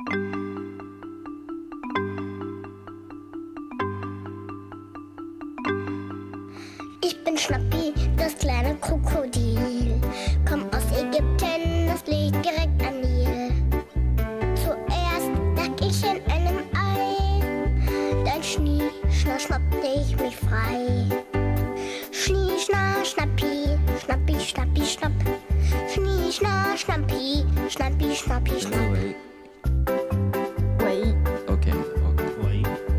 Ich bin Schnappi, das kleine Krokodil. Komm aus Ägypten, das liegt direkt am Nil. Zuerst lag ich in einem Ei, dann schnappte ich mich frei. Schnappi, Schnappi, Schnappi, Schnapp. Schnappi, Schnappi, Schnappi, Schnapp. 喂 OK， 喂，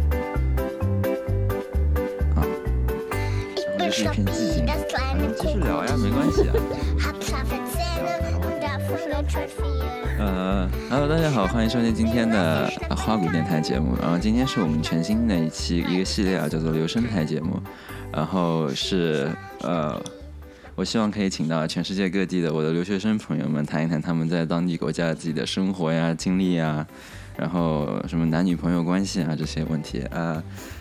好， Ich 这 bin 是一片寂 Schnappi, 静。 das kleine 继续聊呀，没关系啊。 Hab scharfe Zähne und davon wird schon viel. Hello， 大家好，欢迎收听今天的花鼓电台节目。然后今天是我们全新的一个系列啊，叫做留声台节目。然后是我希望可以请到全世界各地的我的留学生朋友们谈一谈他们在当地国家自己的生活呀、经历呀，然后什么男女朋友关系啊这些问题啊，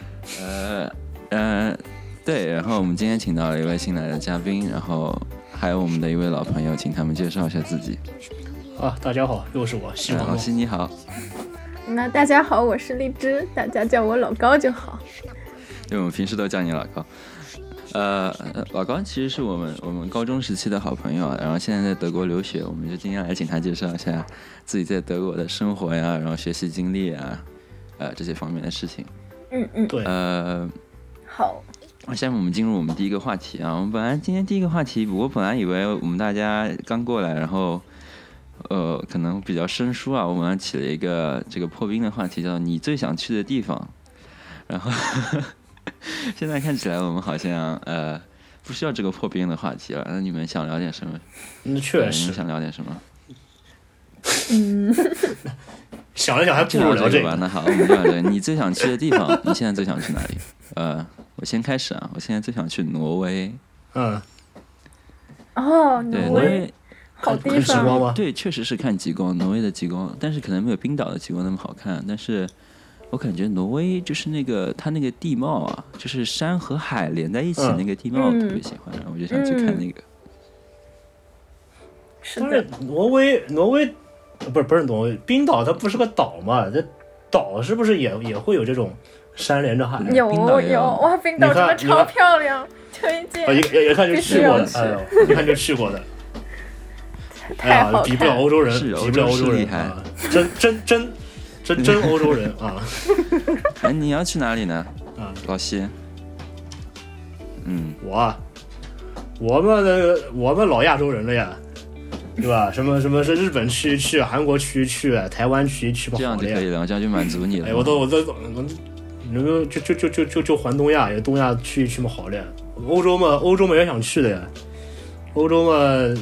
对。然后我们今天请到了一位新来的嘉宾，然后还有我们的一位老朋友，请他们介绍一下自己。 大家好，又是我西蒙。 老西你好。 那大家好，我是荔枝，大家叫我老高就好。 对，我们平时都叫你老高。老高其实是我们高中时期的好朋友啊，然后现在在德国留学，我们就今天来请他介绍一下自己在德国的生活呀，然后学习经历啊，这些方面的事情。 对。 好。 下面我们进入我们第一个话题啊，我们本来今天第一个话题，我本来以为我们大家刚过来，然后可能比较生疏啊，我们起了一个这个破冰的话题，叫你最想去的地方，然后。现在看起来我们好像不需要这个破冰的话题了。那你们想聊点什么？ 那确实。 你们想聊点什么？ 想了想还不如聊这个吧。那好，我们就聊这个。你最想去的地方，你现在最想去哪里？我先开始啊，我现在最想去挪威。 挪威好地方吗？ 对，确实是看极光，挪威的极光，但是可能没有冰岛的极光那么好看，但是。我感觉挪威就是它那个地貌啊，就是山和海连在一起那个地貌，我特别喜欢，然后我就想去看那个。 但是挪威不是挪威，冰岛它不是个岛嘛？这岛是不是也会有这种山连着海？ 有哇，冰岛真的超漂亮，推荐。 一看就去过的，哎呦，一看就去过的。 太好看， 比不了欧洲人，比不了欧洲人厉害， 真欧洲人啊！ 哎，你要去哪里呢？老西。 我们老亚洲人了呀，对吧？什么是日本去，韩国去，台湾去不好这样就可以了，这样就满足你了。 哎，我就环东亚，东亚去嘛好了。欧洲嘛也想去的呀，欧洲嘛。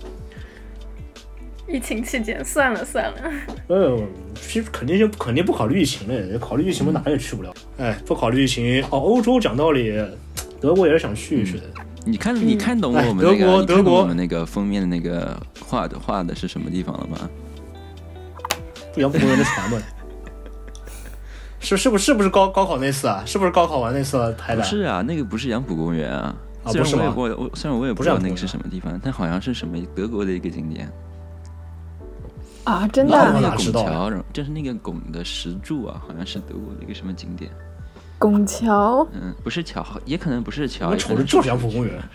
疫情期间算了， 其实肯定不考虑疫情的，考虑疫情我哪也去不了。哎，不考虑疫情欧洲讲道理，德国也是想去的。你看懂我们那个德国我们那个封面的那个画的是什么地方了吗？ 杨浦公园的船吗？是不是高考那次啊？是不是高考完那次拍的？ 不是啊，那个不是杨浦公园啊。 不是吗？ 虽然我也不知道那个是什么地方，但好像是什么德国的一个景点。 啊，真的？ 那个拱桥，就是那个拱的石柱啊，好像是德国的一个什么景点。 拱桥？ 不是桥，也可能不是桥。 我瞅着就是杨浦公园。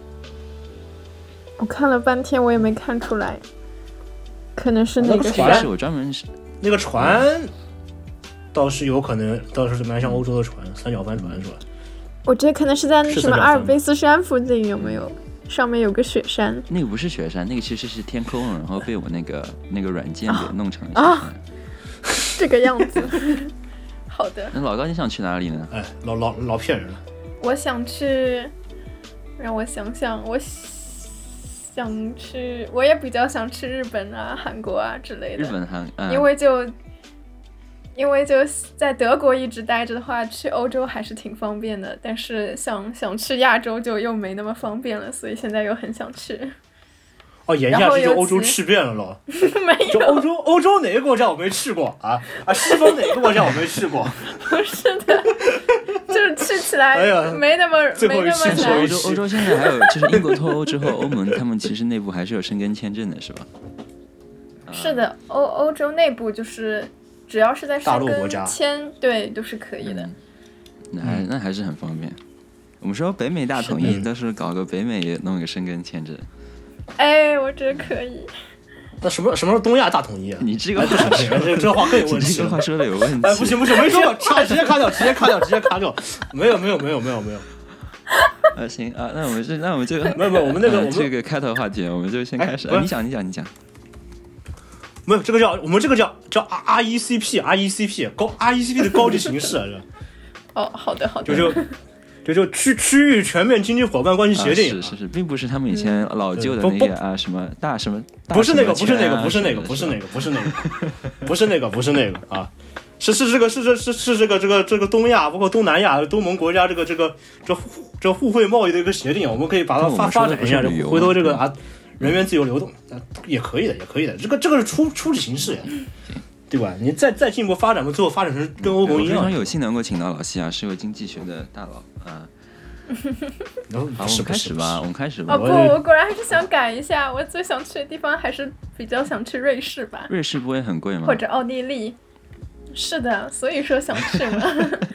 我看了半天，我也没看出来，可能是那个船。 是我专门那个船，倒是有可能，倒是蛮像欧洲的船，三角帆船是吧？ 我觉得可能是在什么阿尔卑斯山附近，有没有？上面有个雪山， 那个不是雪山，那个其实是天空，然后被我那个软件给弄成了雪山。 这个样子。好的。 那老高你想去哪里呢？ 哎，老骗人了。 我想去，让我想想，我想去，我也比较想去日本啊、韩国啊之类的。 日本韩， 因为就在德国一直待着的话，去欧洲还是挺方便的，但是想去亚洲就又没那么方便了，所以现在又很想去。 眼下是就欧洲去遍了咯。 没有， 就欧洲哪个国家我没去过啊？西方哪个国家我没去过？ 不是的，就是去起来没那么难。 欧洲现在还有，就是英国脱欧之后，欧盟他们其实内部还是有申根签证的，是吧？ 是的，欧洲内部就是只要是在大申陆国家根签，对，都是可以的。 那还是很方便。我们说北美大统一，都是搞个北美也弄一个申根签证。 哎，我觉得可以。 那什么是东亚大统一啊？ 你这个话这话更有问题。 这话说的有问题。 哎，不行，没说过，直接卡掉。没有。 行啊，那我们就没有，我们那个这个开头话题，我们就先开始。你讲。 没有，我们这个叫 RECP 高 RECP 的高级形式啊，这。 哦，好的。 就区域全面经济伙伴关系协定。 是，并不是他们以前老旧的那个什么大什么。 不是那个啊。是这个东亚包括东南亚东盟国家这互惠贸易的一个协定，我们可以把它发展一下，回头这个人员自由流动也可以的，这个是初级形式呀，对吧？你再进一步发展，最后发展成跟欧盟一样。 非常有幸能够请到老西亚，是位经济学的大佬啊。好，我们开始吧。 哦不，我果然还是想改一下，我最想去的地方还是比较想去瑞士吧。 瑞士不会很贵吗？ 或者奥地利。是的，所以说想去嘛。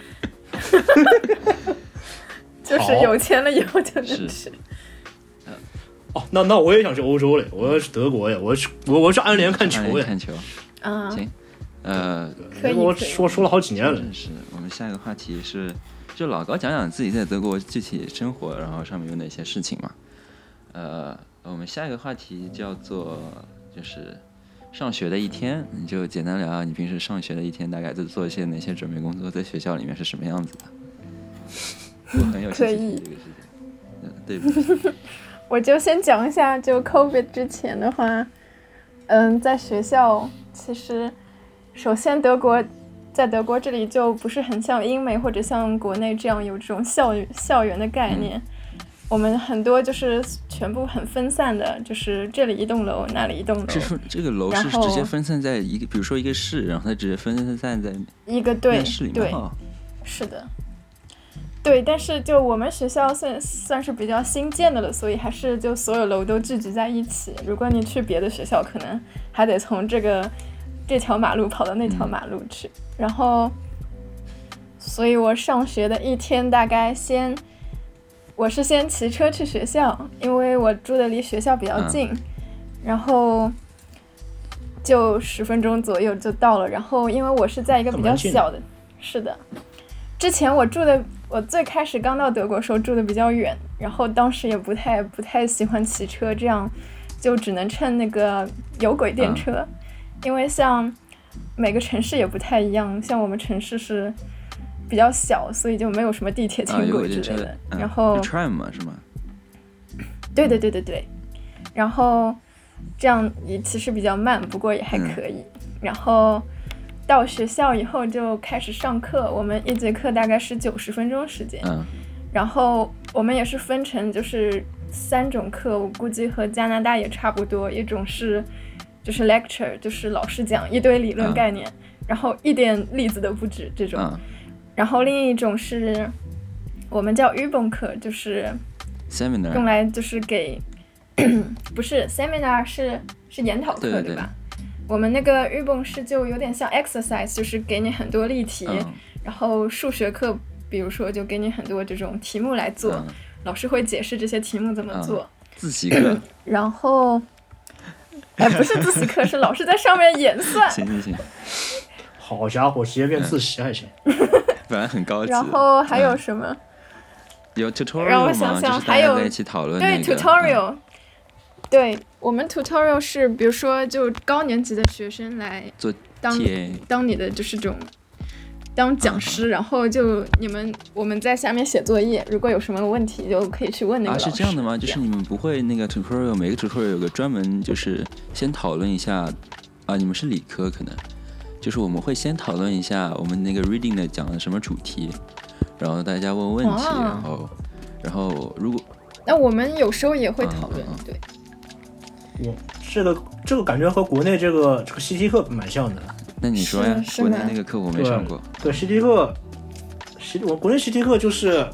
就是有钱了以后就能去。 哦，那我也想去欧洲嘞，我要去德国呀，我去安联看球呀。 看球。 啊。 行。 可以。 我说了好几年了。 是我们下一个话题是，就老高讲讲自己在德国具体生活，然后上面有哪些事情嘛。我们下一个话题叫做就是上学的一天，你就简单聊聊你平时上学的一天大概都做一些哪些准备工作，在学校里面是什么样子的。我很有兴趣这个事情。对。 我就先讲一下，就 COVID 之前的话，在学校其实，首先在德国这里就不是很像英美或者像国内这样有这种校园的概念。我们很多就是全部很分散的，就是这里一栋楼，那里一栋楼。 这个楼是直接分散在一个，比如说一个市，然后它直接分散在一个市里面。 对，是的。对，但是就我们学校算是比较新建的了，所以还是就所有楼都聚集在一起。如果你去别的学校，可能还得从这条马路跑到那条马路去。然后，所以我上学的一天大概我是先骑车去学校，因为我住的离学校比较近，然后就10分钟左右就到了。然后因为我是在一个比较小的，是的，之前我最开始刚到德国时候住的比较远，然后当时也不太喜欢骑车，这样就只能乘那个有轨电车，因为像每个城市也不太一样，像我们城市是比较小，所以就没有什么地铁轻轨之类的。然后 tram 嘛是吗？ 对，然后这样也其实比较慢，不过也还可以。然后到学校以后就开始上课，我们一节课大概是90分钟时间。然后我们也是分成就是3种课，我估计和加拿大也差不多。一种是就是 lecture， 就是老师讲一堆理论概念，然后一点例子都不指这种。然后另一种是我们叫 Übung 课，就是 seminar， 用来就是给不是 seminar 是研讨课，对吧？我们那个 Übung 是就有点像 exercise， 就是给你很多例题，然后数学课比如说就给你很多这种题目来做，老师会解释这些题目怎么做。 自习课。然后不是自习课，是老师在上面演算。 行。 好家伙，直接变自习还行。 本来很高级。 然后还有什么？ 有 tutorial 吗？ 让我想想，还有在一起讨论对 tutorial，对我们 tutorial 是比如说就高年级的学生来做当你的就是这种当讲师，然后就我们在下面写作业，如果有什么问题就可以去问那个老师。 是这样的吗？就是你们不会那个 tutorial 每个 tutorial 有个专门就是先讨论一下你们是理科可能。就是我们会先讨论一下我们那个 reading 的讲的什么主题，然后大家问问题，然后如果那我们有时候也会讨论，对。 我这个感觉和国内这个习题课蛮像的。 那你说呀？国内那个课我没上过。 对，习题课，我国内习题课就是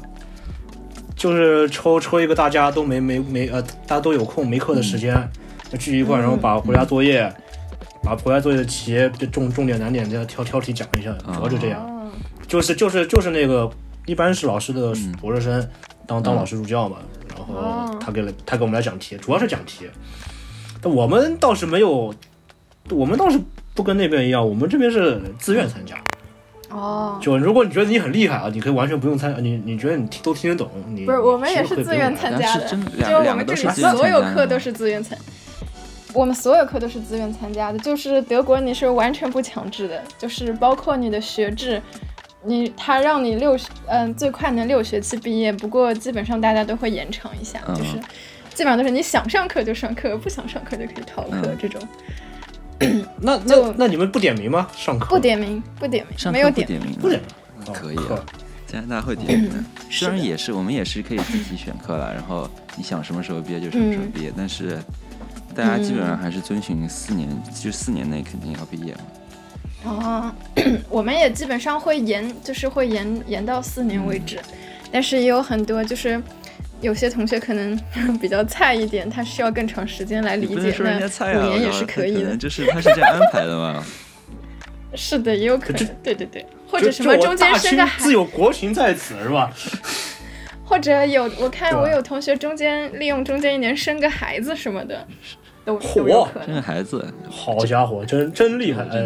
抽一个大家都大家都有空没课的时间，就聚一块，然后把回家作业把回来作业的企业重点难点挑题讲一下，主要就这样。就是那个一般是老师的博士生当老师助教嘛，然后他给我们来讲题，主要是讲题。但我们倒是没有，我们倒是不跟那边一样，我们这边是自愿参加。就如果你觉得你很厉害啊，你可以完全不用参加。你觉得你都听得懂，你不是我们也是自愿参加的，就我们这里所有课都是自愿参加。我们所有课都是自愿参加的，就是德国你是完全不强制的，就是包括你的学制，他让你最快能6学期毕业，不过基本上大家都会延长一下，就是基本上都是你想上课就上课，不想上课就可以逃课这种。 那你们不点名吗？上课不点名，没有点名， 不点名可以啊。加拿大会点名的，虽然我们也是可以自己选课了，然后你想什么时候毕业就什么时候毕业，但是大家基本上还是遵循4年，就4年内肯定要毕业嘛。 我们也基本上会延到4年为止，但是也有很多就是有些同学可能比较菜一点，他需要更长时间来理解，那5年也是可以的。 就是他是这样安排的嘛？ 是的，也有可能，对，或者什么中间生个孩子， 自有国情在此是吧？ 或者我看我有同学利用中间1年生个孩子什么的。都有可能。 生个孩子， 好家伙，真厉害！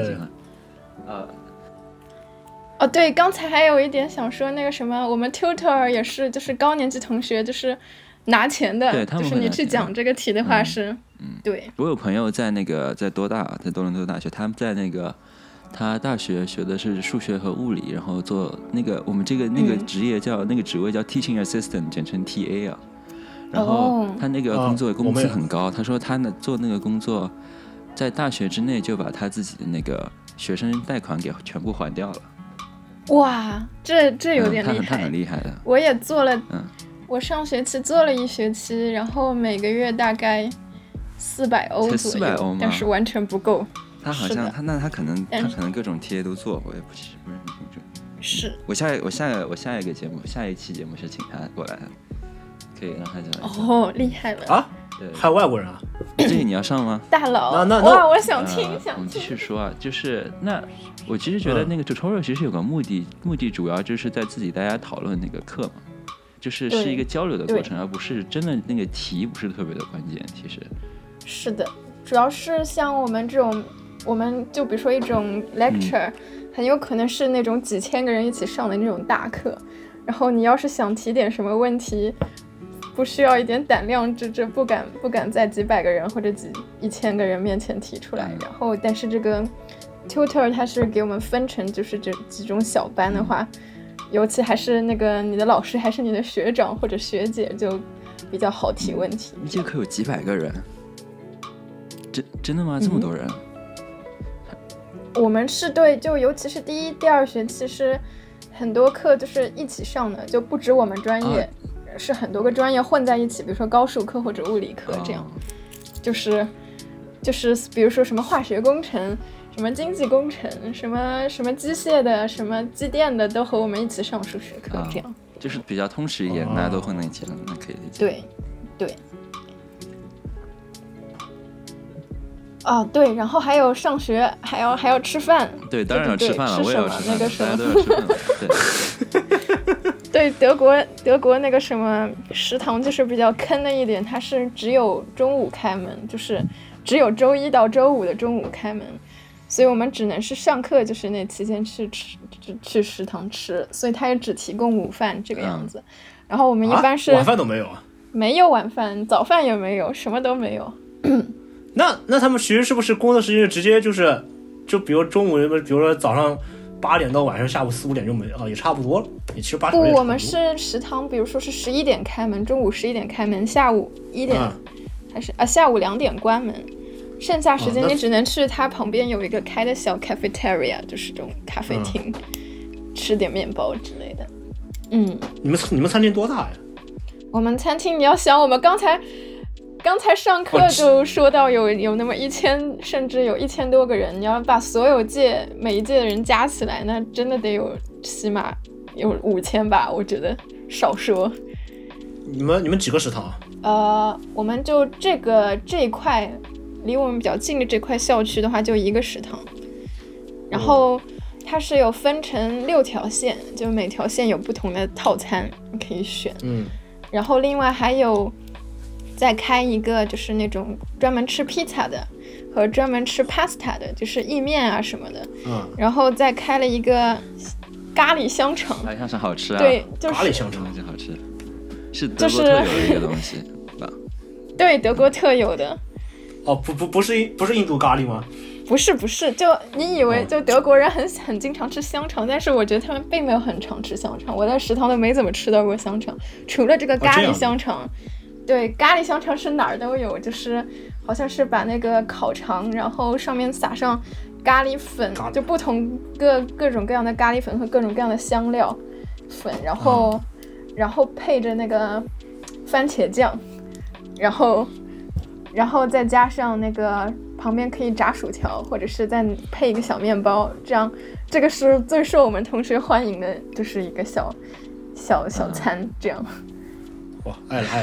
对，刚才还有一点想说，那个什么，我们 tutor 也是，就是高年级同学，就是拿钱的， 对， 就是你去讲这个题的话是，对。 我有朋友在在多伦多大学，他们在他大学学的是数学和物理，然后做我们那个职业那个职位叫 teaching assistant， 简称 TA 啊。然后他那个工作工资很高，他说他做那个工作，在大学之内就把他自己的那个学生贷款给全部还掉了。 哇，这有点厉害， 他很厉害的。 我也做了，我上学期做了1学期，然后每个月大概400欧左右，但是完全不够。 他好像他可能各种 TA 都做，我也不是很清楚。 是我下一期节目是请他过来的。可以让他讲厉害了啊！还有外国人啊？ 这个你要上吗？ 大佬，哇，我想听， 我们继续说啊，就是我其实觉得那个 tutorial 其实有个目的主要就是在大家讨论那个课嘛，就是一个交流的过程，而不是真的那个题不是特别的关键。其实是的，主要是像我们这种，我们就比如说一种 lecture，很有可能是那种几千个人一起上的那种大课，然后你要是想提点什么问题。不需要一点胆量，这不敢在几百个人或者1000个人面前提出来。然后，但是这个 tutor 他是给我们分成就是这几种小班的话，尤其还是那个你的老师还是你的学长或者学姐，就比较好提问题。 一节课有几百个人，真的吗？这么多人？ 我们是对，就尤其是第1、第2学期是很多课就是一起上的，就不止我们专业。是很多个专业混在一起，比如说高数课或者物理课这样，就是比如说什么化学工程、什么经济工程、什么机械的、什么机电的，都和我们一起上数学课这样， 就是比较通识一点，大家都混在一起了，那可以理解。 对。对，然后还有上学，还要吃饭。 对，当然要吃饭了，我也要吃饭， 那个什么， 大家都要吃饭了。 对，德国那个什么食堂就是比较坑的一点，它是只有中午开门，就是只有周1到周5的中午开门，所以我们只能是上课就是那期间去食堂吃，所以它也只提供午饭这个样子。然后我们一般是晚饭都没有啊？ 没有晚饭，早饭也没有，什么都没有。 那他们其实是不是工作时间直接就比如中午，比如说早上8点到晚上下午4、5点就没了，也差不多了，也其实8点。 不，我们是食堂，比如说是11点开门，中午11点开门，下午1点、还是下午2点关门，剩下时间你只能去它旁边有一个开的小 cafeteria， 就是这种咖啡厅，吃点面包之类的。 你们餐厅多大呀？ 我们餐厅你要想，我们刚才上课就说到有那么1000，甚至有1000多个人，你要把所有每一届的人加起来，那真的得有起码有5000吧，我觉得少说。你们几个食堂？ 我们就这一块离我们比较近的这块校区的话，就一个食堂，然后它是有分成6条线，就每条线有不同的套餐你可以选。然后另外还有再开一个就是那种专门吃披萨的和专门吃 pasta 的，就是意面啊什么的。然后再开了一个咖喱香肠。 咖喱香肠好吃啊！ 对，就是咖喱香肠好吃，是德国特有的一个东西吧？ 对，德国特有的。 哦，不是印度咖喱吗？ 不是，就你以为就德国人很经常吃香肠，但是我觉得他们并没有很常吃香肠。我在食堂都没怎么吃到过香肠，除了这个咖喱香肠。对，咖喱香肠是哪儿都有，就是好像是把那个烤肠，然后上面撒上咖喱粉，就不同各种各样的咖喱粉和各种各样的香料粉，然后配着那个番茄酱，然后再加上那个旁边可以炸薯条，或者是再配一个小面包，这个是最受我们同学欢迎的，就是一个小餐这样。 哇，爱了。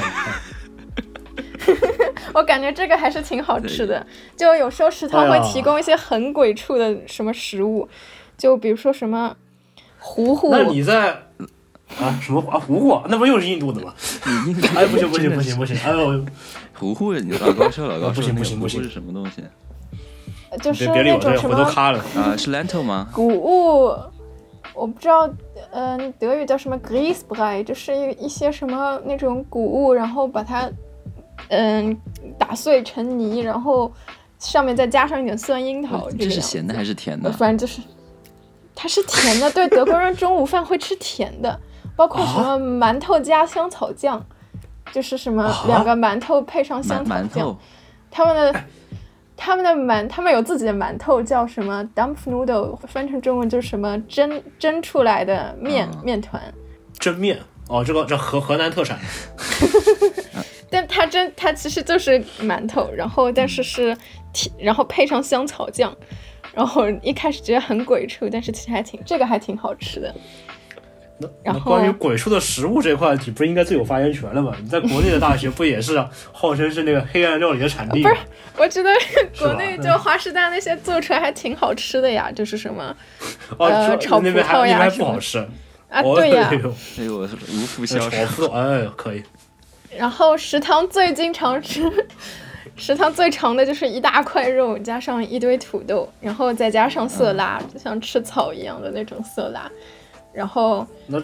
我感觉这个还是挺好吃的，就有时候食堂会提供一些很鬼畜的什么食物，就比如说什么糊糊。 那你在什么糊糊？那不又是印度的吗？哎，不行！哎呦， 糊糊，你老高说， 不行， 糊糊是什么东西？ 就是那种什么是 lentil 吗？ 谷物，我不知道，德语叫什么 Grießbrei， 就是一些什么那种谷物，然后把它打碎成泥，然后上面再加上一点酸樱桃。 这是咸的还是甜的？ 反正就是它是甜的。对，德国人中午饭会吃甜的，包括什么馒头加香草酱，就是什么2个馒头配上香草酱。他们有自己的馒头，叫什么 Dampfnudel， 翻成中文就是什么蒸出来的面团。 蒸面这河南特产。 但它其实就是馒头，然后但是是然后配上香草酱，然后一开始觉得很鬼畜，但是其实这个还挺好吃的。 那关于鬼畜的食物这块，你不是应该最有发言权了吗？你在国内的大学不也是号称是那个黑暗料理的产地吗？ 不是，我觉得国内就华师大那些做出来还挺好吃的呀，就是什么炒葡萄呀什么。 不好吃啊，对呀， 对我无福消受。 可以。 然后食堂最经常吃，食堂最长的就是一大块肉加上一堆土豆，然后再加上色拉，就像吃草一样的那种色拉。然后那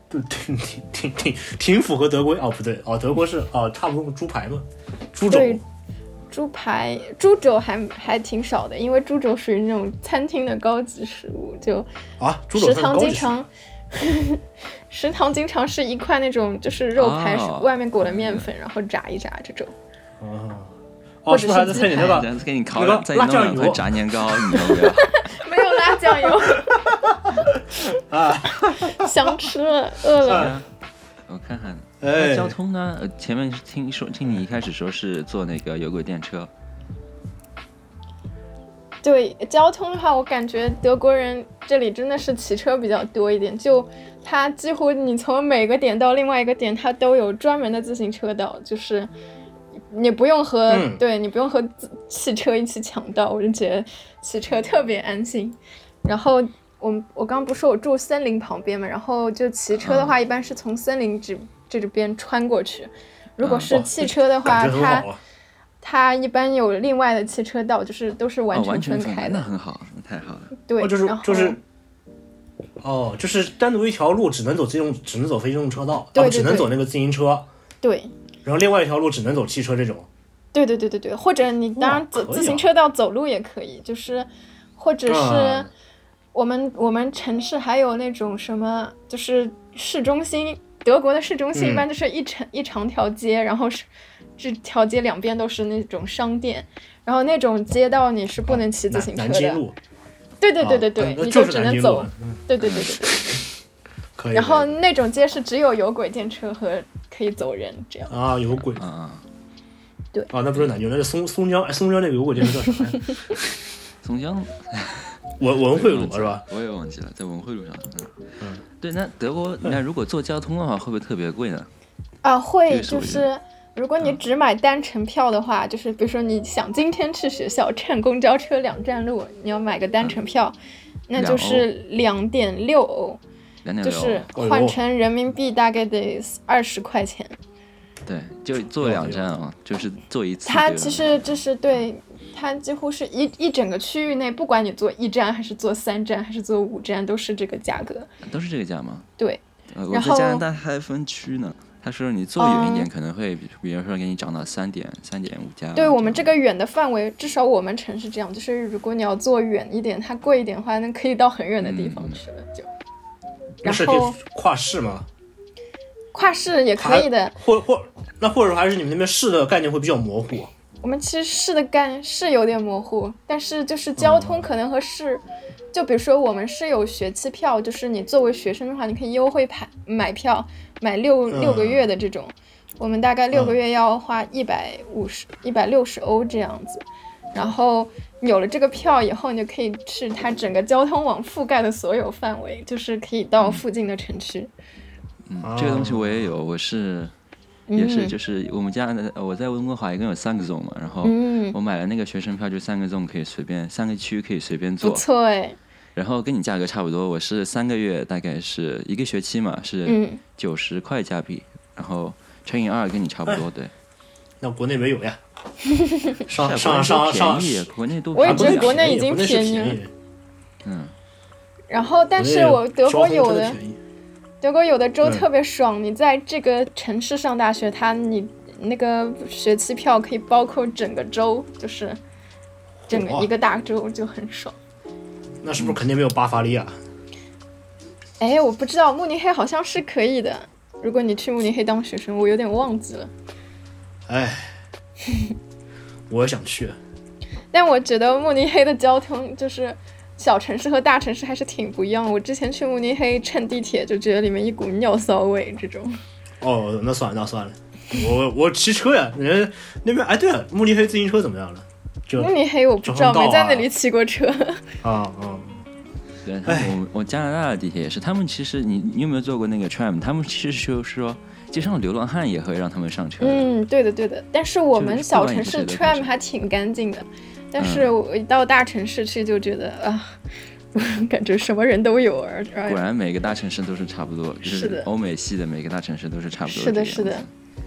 挺符合德国不对德国是差不多猪排嘛，猪肘。 对，猪排猪肘还挺少的，因为猪肘属于那种餐厅的高级食物，就猪肘食堂经常食堂经常是一块那种就是肉排，外面裹了面粉，然后炸一炸这种。或者是还在菜里吧？ 给你烤再弄2块炸年糕，你要不要？ 没有辣酱油。想吃了，饿了。 我看看，那交通呢？前面听你一开始说是坐那个有轨电车。 对，交通的话，我感觉德国人这里真的是骑车比较多一点，就他几乎你从每个点到另外一个点，他都有专门的自行车道，就是你不用和汽车一起抢道，我就觉得骑车特别安心。然后我刚不说我住森林旁边嘛，然后就骑车的话，一般是从森林这边穿过去。如果是汽车的话，它一般有另外的汽车道，就是都是完全分开的。 那很好，那太好了。 对， 就是单独一条路只能走非机动车道， 对， 只能走那个自行车。 对。 然后另外一条路只能走汽车这种。 对，或者你当然走自行车道走路也可以，就是或者是我们城市还有那种什么，就是市中心，德国的市中心一般就是一长条街，然后是这条街两边都是那种商店，然后那种街道你是不能骑自行车的。 南京路。 对，你就只能走。对。 可以。 然后那种街是只有有轨电车和可以走人这样。 有轨对。 那不是南京，那是松江那个有轨电车叫啥呀？ 松江。 文汇路是吧？ 我也忘记了，在文汇路上。对，那德国，那如果坐交通的话，会不会特别贵呢？ 会，就是如果你只买单程票的话，就是比如说你想今天去学校乘公交车2站路，你要买个单程票，那就是2.6欧，就是换成人民币大概得20块钱。 对，就坐2站啊，就是坐一次。 它其实这是对，它几乎是一整个区域内，不管你坐1站还是坐3站还是坐5站，都是这个价格。 都是这个价吗？ 对。 我在加拿大还分区呢。他说你坐远一点可能会，比如说给你涨到3.5加。 对，我们这个远的范围，至少我们城是这样，就是如果你要坐远一点，它贵一点的话，那可以到很远的地方去了。就， 然后是可以跨市吗？ 跨市也可以的。 或者说还是你们那边市的概念会比较模糊。 我们其实市的概念是有点模糊，但是就是交通可能和市。就比如说我们是有学期票，就是你作为学生的话，你可以优惠买票，买6个月的这种，我们大概6个月要花160欧这样子。然后有了这个票以后，你就可以去它整个交通网覆盖的所有范围，就是可以到附近的城区。 这个东西我也有，我是也是就是我们家的，我在温哥华一共有3个 zone 嘛，然后我买了那个学生票，就3个 zone 可以随便3个区可以随便坐， 不错哎。 然后跟你价格差不多，我是3个月，大概是1个学期嘛，是90块加币，然后乘以2跟你差不多，对。 那国内没有呀？上便宜，国内都我也觉得国内已经便宜了。然后，但是我德国有的州特别爽，你在这个城市上大学，你那个学期票可以包括整个州，就是整个一个大州，就很爽。 那是不是肯定没有巴伐利亚？ 哎，我不知道，慕尼黑好像是可以的。如果你去慕尼黑当学生，我有点忘记了。 哎，我也想去。 但我觉得慕尼黑的交通就是小城市和大城市还是挺不一样的。我之前去慕尼黑乘地铁就觉得里面一股尿骚味这种。 哦，那算了，我骑车呀，人那边哎，对了，慕尼黑自行车怎么样了？ 慕尼黑我不知道，没在那里骑过车。 对，我加拿大的地铁也是，他们其实你有没有坐过那个 tram？ 他们其实就是说，街上流浪汉也会让他们上车。 对的。但是我们小城市 tram 还挺干净的，但是我一到大城市去就觉得感觉什么人都有。 果然每个大城市都是差不多，就是欧美系的每个大城市都是差不多。 是的。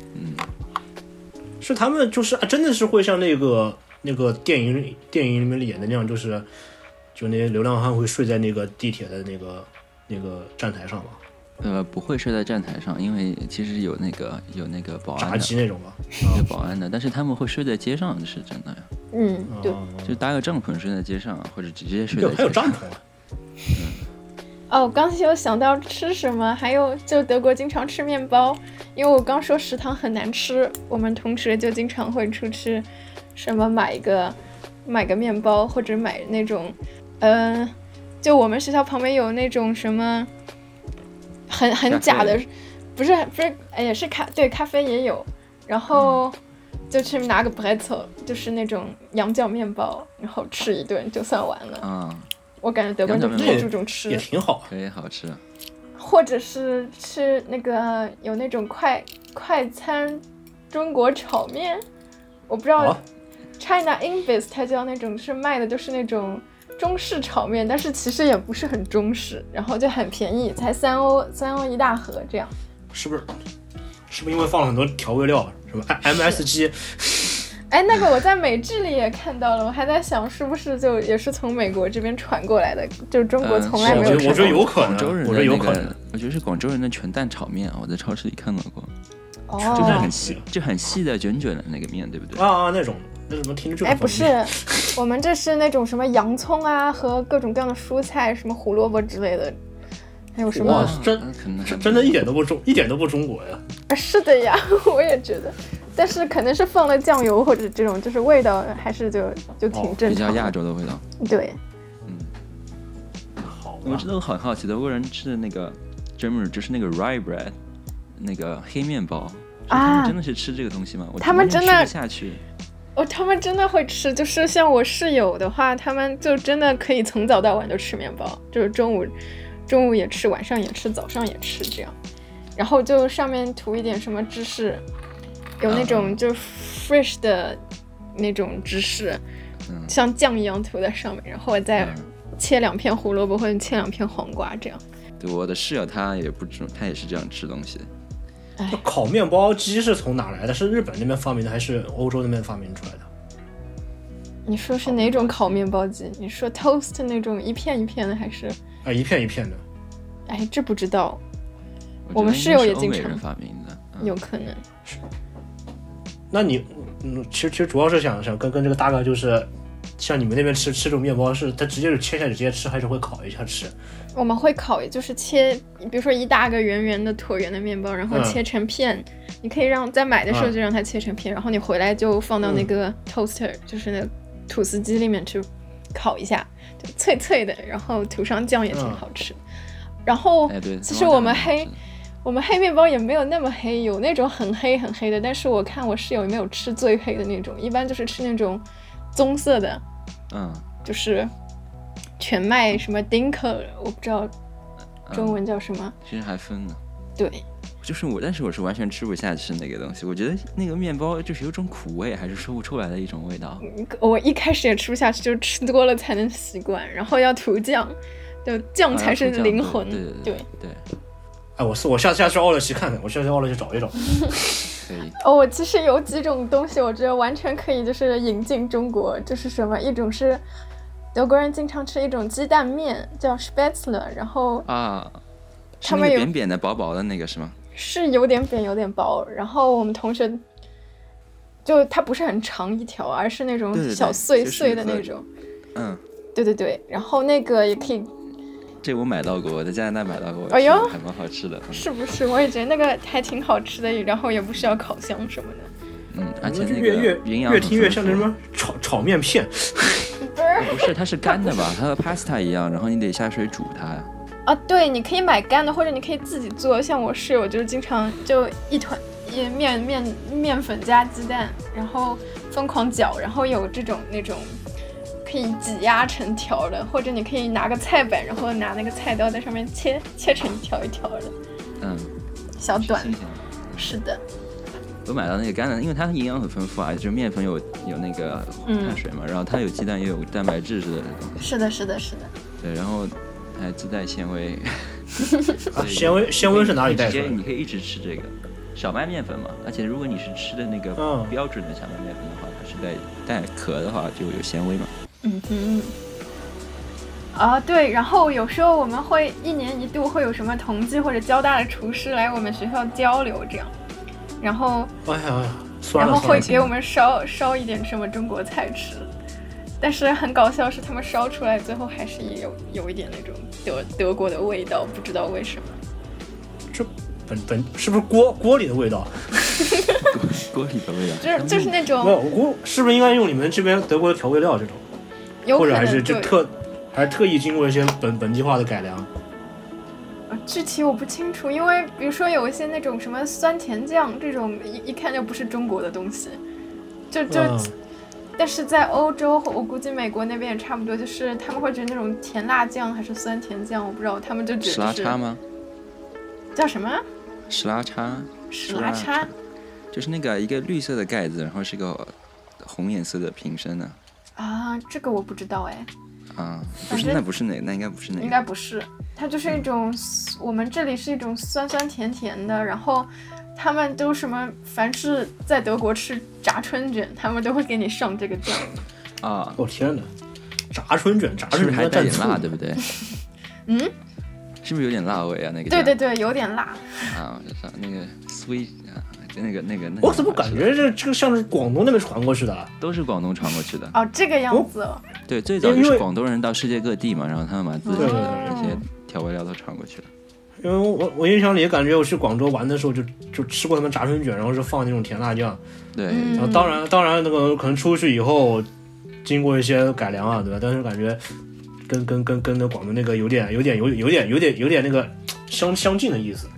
是他们就是真的是会像那个电影里面演的那样，就那些流浪汉会睡在那个地铁的那个站台上吗？ 不会睡在站台上，因为其实有那个保安的， 闸机那种吧， 有保安的，但是他们会睡在街上，是真的呀。 对， 就搭个帐篷睡在街上，或者直接睡在街上。 还有帐篷啊。刚才有想到吃什么，还有就德国经常吃面包，因为我刚说食堂很难吃，我们同学就经常会出去什么买个面包，或者买那种就我们学校旁边有那种什么很假的，不是也是咖啡也有，然后就去拿个 pretzel， 就是那种羊角面包，然后吃一顿就算完了。我感觉德国人就注重吃， 也挺好， 也好吃。 或者是吃那个有那种快餐中国炒面，我不知道China Invis 它叫那种，是卖的就是那种中式炒面，但是其实也不是很中式，然后就很便宜，才3欧一大盒这样。 是不是因为放了很多调味料，什么 MSG？ 哎，那个我在美剧里也看到了，我还在想是不是就也是从美国这边传过来的，就中国从来没有。 我觉得有可能， 我觉得是广州人的全蛋炒面，我在超市里看到过。就是很细的卷的那个面，对不对？ 那种。那怎么听着就不是，我们这是那种什么洋葱啊和各种各样的蔬菜，什么胡萝卜之类的，还有什么？ 真的一点都不中国呀！ 是的呀，我也觉得，但是可能是放了酱油或者这种，就是味道还是就挺正常， 比较亚洲的味道。 对， 好。 我真的很好奇，德国人吃的那个 German 就是那个 rye bread， 那个黑面包他们真的是吃这个东西吗？ 他们真的吃不下去。 他们真的会吃，就是像我室友的话，他们就真的可以从早到晚都吃面包，就是中午也吃，晚上也吃，早上也吃这样，然后就上面涂一点什么芝士， 有那种就 fresh 的那种芝士，像酱一样涂在上面，然后我再切2片胡萝卜或者切2片黄瓜这样。 对，我的室友他也是这样吃东西的。 烤面包机是从哪来的？是日本那边发明的，还是欧洲那边发明出来的？ 你说是哪种烤面包机？你说 toast 那种一片一片的，还是一片一片的？ 哎，这不知道。我们室友也经常发明的， 有可能。 那你其实主要是想跟这个大概就是，像你们那边吃这种面包是它直接是切下去直接吃，还是会烤一下吃？ 我们会烤，就是切，比如说一大个圆圆的椭圆的面包，然后切成片。你可以在买的时候就让它切成片，然后你回来就放到那个 toaster，就是那个吐司机里面去烤一下，就脆脆的，然后涂上酱也挺好吃。然后其实我们黑面包也没有那么黑，有那种很黑很黑的，但是我看我室友也没有吃最黑的那种，一般就是吃那种棕色的，就是全麦什么 dinker， 我不知道中文叫什么， 其实还分呢。 对， 就是但是我是完全吃不下去那个东西，我觉得那个面包就是有种苦味，还是说不出来的一种味道。 我一开始也吃不下去，就吃多了才能习惯，然后要涂酱，就酱才是灵魂。对。 我下次奥乐奇看看，我下次奥乐奇找一找。 可以。 我其实有几种东西，我觉得完全可以就是引进中国，就是什么，一种是德国人经常吃一种鸡蛋面叫 Spätzle， 然后是那个扁扁的薄薄的那个是吗？ 是有点扁有点薄，然后我们同学就它不是很长一条，而是那种小碎碎的那种。对，然后那个也可以。 这我买到过，我在加拿大买到过， 哎呦， 还蛮好吃的。 是不是？我也觉得那个还挺好吃的，然后也不需要烤箱什么的。 而且那个越听越像那什么炒面片。 不是，它是干的吧？它和 pasta 一样，然后你得下水煮它呀。 对，你可以买干的，或者你可以自己做。像我室友就是经常就一团面粉加鸡蛋，然后疯狂搅，然后有那种可以挤压成条的，或者你可以拿个菜板，然后拿那个菜刀在上面切成一条一条的，小短。是的。 我买到那个干的，因为它营养很丰富啊，就是面粉有那个碳水嘛，然后它有鸡蛋也有蛋白质之类的东西。是的。对，然后还自带纤维。 纤维是哪里带出来的？ 你可以一直吃这个小麦面粉嘛，而且如果你是吃的那个标准的小麦面粉的话，它是带壳的话就有纤维嘛。 对，然后有时候我们会1年1度会有什么同济或者交大的厨师来我们学校交流这样，然后会给我们烧一点什么中国菜吃，但是很搞笑是他们烧出来最后还是有一点那种德国的味道，不知道为什么。 这是不是锅里的味道？ 锅里的味道就是那种我是不是应该用你们这边德国的调味料这种？或者还是特意经过一些本地化的改良？ 具体我不清楚，因为比如说有一些那种什么酸甜酱这种一看就不是中国的东西，但是在欧洲我估计美国那边也差不多，就是他们会觉得那种甜辣酱还是酸甜酱我不知道，他们就觉得是拉叉吗？ 叫什么？ 石拉叉，就是那个一个绿色的盖子，然后是个红颜色的瓶身的。 这个我不知道哎。 不是，那不是那应该不是那个。 应该不是，它就是一种我们这里是一种酸酸甜甜的，然后他们都什么，凡是在德国吃炸春卷，他们都会给你上这个酱。 我天哪，炸春卷是不是还带点辣，对不对？是不是有点辣味啊？那个对，有点辣。 那个 sweet 那个。 我怎么感觉这个像是广东那边传过去的？ 都是广东传过去的。 这个样子。 对，最早就是广东人到世界各地嘛，然后他们把自己的那些调味料都传过去了。 因为我印象里感觉我去广州玩的时候就吃过他们炸春卷，然后是放那种甜辣酱。 对， 然后当然那个可能出去以后经过一些改良啊，对吧？但是感觉跟那广东那个有点那个相近的意思。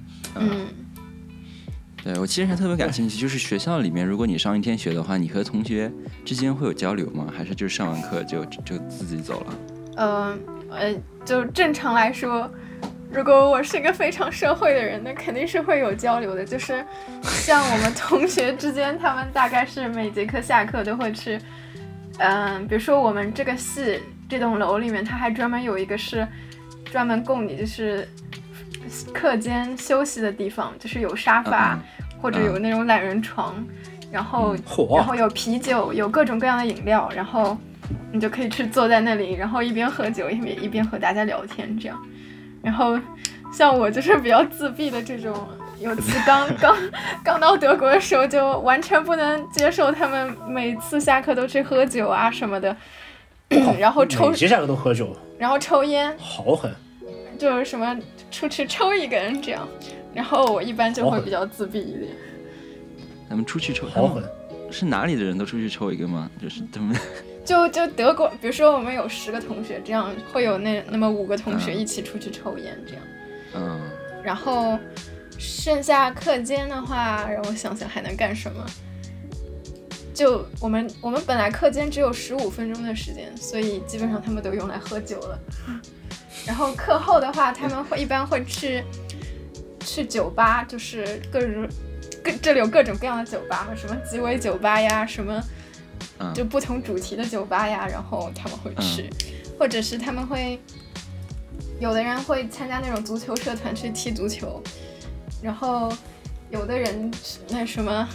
对，我其实还特别感兴趣，就是学校里面，如果你上1天学的话，你和同学之间会有交流吗？还是就上完课就自己走了？ 就正常来说， 如果我是一个非常社会的人，那肯定是会有交流的。就是像我们同学之间，他们大概是每节课下课都会去，比如说我们这个系这栋楼里面，它还专门有一个是专门供你就是课间休息的地方，就是有沙发或者有那种懒人床，然后有啤酒，有各种各样的饮料，然后你就可以去坐在那里，然后一边喝酒一边和大家聊天这样。然后像我就是比较自闭的这种，有次刚到德国的时候，就完全不能接受他们每次下课都去喝酒啊什么的，然后每节下课都喝酒， 然后抽烟， 好狠， 就是什么出去抽一根这样。然后我一般就会比较自闭一点。 他们出去抽， 好狠， 是哪里的人都出去抽一个吗？就是他们。 就德国，比如说我们有10个同学，这样会有那么5个同学一起出去抽烟，这样。然后剩下课间的话，让我想想还能干什么？就我们本来课间只有15分钟的时间，所以基本上他们都用来喝酒了。然后课后的话，他们一般会去酒吧，就是这里有各种各样的酒吧嘛，什么鸡尾酒吧呀，什么。就不同主题的酒吧呀，然后他们会去，或者是他们会有的人会参加那种足球社团去踢足球，然后有的人那什么，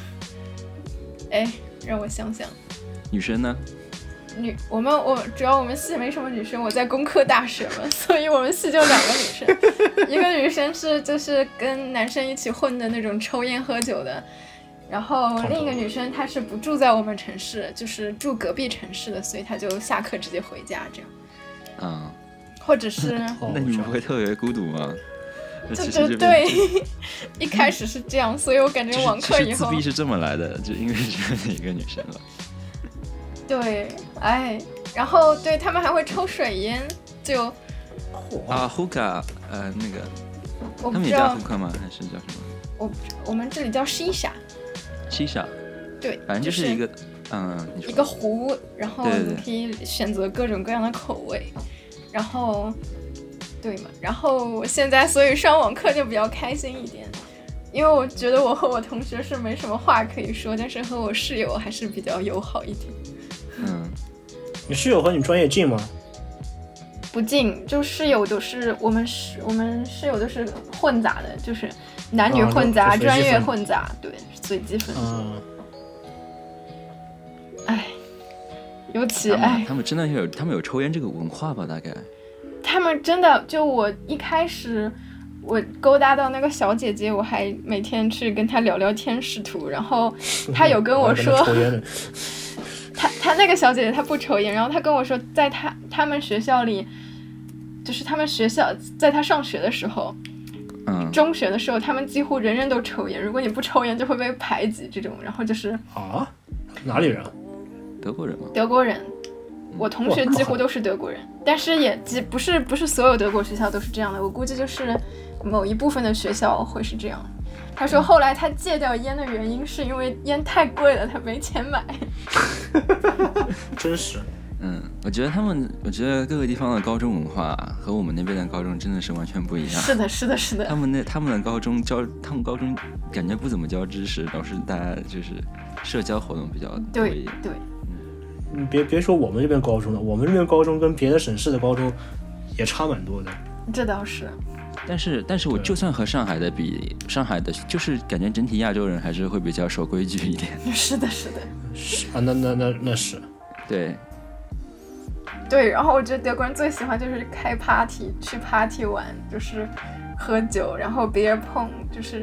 让我想想， 女生呢？ 主要我们系没什么女生，我在工科大学嘛，所以我们系就2个女生，一个女生是就是跟男生一起混的那种抽烟喝酒的。然后另一个女生她是不住在我们城市，就是住隔壁城市的，所以她就下课直接回家这样。或者是那你们不会特别孤独吗？ 就对，一开始是这样，所以我感觉网课以后自闭是这么来的，就因为只有一个女生了。 对，然后对他们还会抽水烟，就 hookah， 那个他们也叫 hookah 吗？还是叫什么？ 我们这里叫西沙，对， 反正就是一个一个壶，然后你可以选择各种各样的口味，然后对嘛，然后我现在所以上网课就比较开心一点，因为我觉得我和我同学是没什么话可以说，但是和我室友还是比较友好一点。 你室友和你专业近吗？ 不近，就室友都是我们室友都是混杂的，就是男女混杂，专业混杂，对，随机分组。尤其他们真的他们有抽烟这个文化吧？大概他们真的，就我一开始我勾搭到那个小姐姐，我还每天去跟她聊聊天试图，然后她有跟我说她那个小姐姐她不抽烟，然后她跟我说在他们学校里，就是他们学校在她上学的时候，中学的时候他们几乎人人都抽烟，如果你不抽烟就会被排挤这种，然后就是哪里人？ 德国人吗？ 德国人，我同学几乎都是德国人，但是也不是所有德国学校都是这样的，我估计就是某一部分的学校会是这样。他说后来他戒掉烟的原因是因为烟太贵了，他没钱买。 真是。 我觉得各个地方的高中文化和我们那边的高中真的是完全不一样。 是的。 他们的高中感觉不怎么教知识，导致大家就是社交活动比较多一点。 对。 你别说我们这边高中了，我们这边高中跟别的省市的高中也差蛮多的。这倒是。 但是我就算和上海的比，上海的就是感觉整体亚洲人还是会比较守规矩一点。 是的。 那是。 对，然后我觉得德国人最喜欢就是开 party， 去 party 玩，就是喝酒，然后别人碰，就是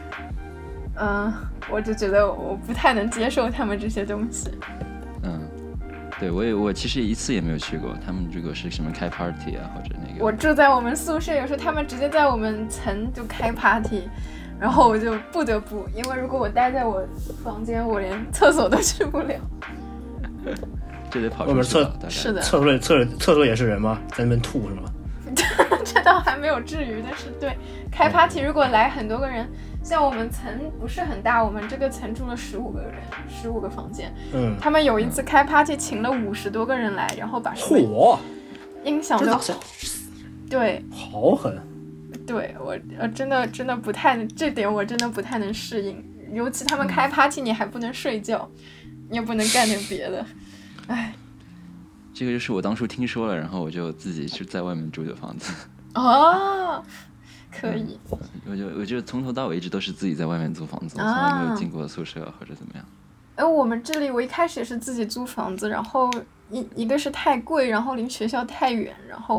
我就觉得我不太能接受他们这些东西。 对，我其实一次也没有去过，他们如果是什么开 party 啊，或者那个。 我住在我们宿舍，有时候他们直接在我们层就开 party， 然后我就不得不，因为如果我待在我房间，我连厕所都去不了。 这得跑出去了。 是的。 厕所也是人吗？在那边吐是吗？ 这倒还没有至于，但是对开 party 如果来很多个人，像我们层不是很大，我们这个层住了15个人，15个房间。他们有一次开 party 请了50多个人来，然后把音响都对， 好狠。 对我真的不太，这点我真的不太能适应，尤其他们开 party 你还不能睡觉，你也不能干点别的，哎。 这个就是我当初听说了，然后我就自己就在外面住的房子。 哦，可以。 我就从头到尾一直都是自己在外面租房子，从来没有进过宿舍或者怎么样。 我们这里我一开始也是自己租房子，然后一个是太贵，然后离学校太远，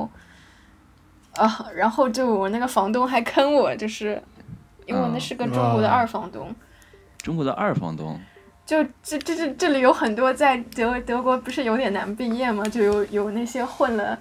然后就我那个房东还坑我，就是因为我那是个中国的二房东。 中国的二房东。 就这里有很多在德国不是有点难毕业吗？就有那些混了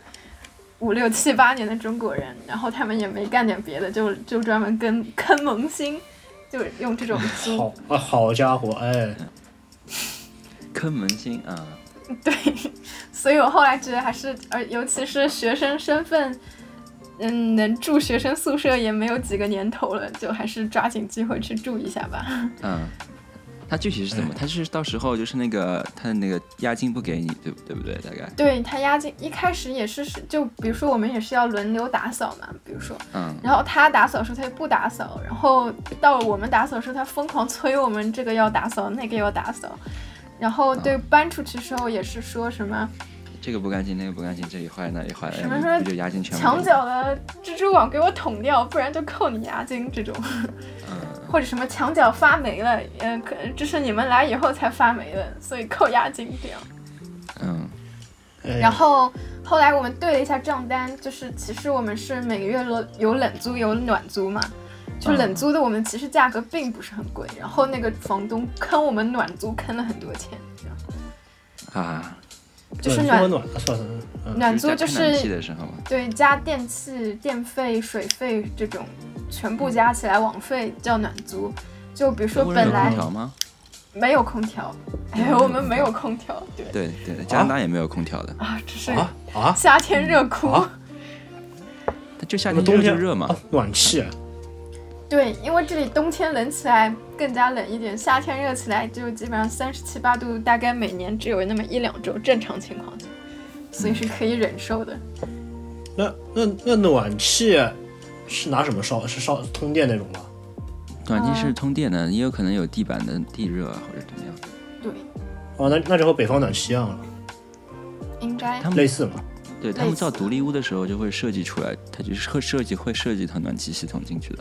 5、6、7、8年的中国人，然后他们也没干点别的，就专门坑萌新，就用这种租。 好家伙，哎， 坑萌新啊！ 对，所以我后来觉得还是尤其是学生身份，能住学生宿舍也没有几个年头了，就还是抓紧机会去住一下吧。 他具体是怎么？他是到时候就是他的那个押金不给你，对不对？大概。对， 他押金一开始也是就比如说我们也是要轮流打扫嘛，比如说，然后他打扫的时候他就不打扫，然后到我们打扫的时候他疯狂催我们这个要打扫，那个要打扫，然后对搬出去的时候也是说什么。 这个不干净，那个不干净，这里坏那里坏， 什么说就押金全部。 墙角的蜘蛛网给我捅掉，不然就扣你押金这种。或者什么墙角发霉了，可能这是你们来以后才发霉的，所以扣押金这样。然后后来我们对了一下账单，就是其实我们是每个月有冷租有暖租嘛，就冷租的我们其实价格并不是很贵，然后那个房东坑我们暖租坑了很多钱，这样。就是暖租就是对加电器、电费、水费这种全部加起来网费叫暖租。就比如说本来没有空调，我们没有空调， 对，加拿大也没有空调的这是夏天热哭。 就夏天就热嘛， 暖气。 对，因为这里冬天冷起来更加冷一点，夏天热起来就基本上37、8度，大概每年只有那么1、2周，正常情况下，所以是可以忍受的。 那暖气是拿什么烧？是烧通电那种吗？ 暖气是通电的，也有可能有地板的地热或者怎么样。 对。 那就和北方暖气一样了。 应该。 类似嘛。 对，他们造独立屋的时候就会设计出来，它就是会设计一套暖气系统进去的。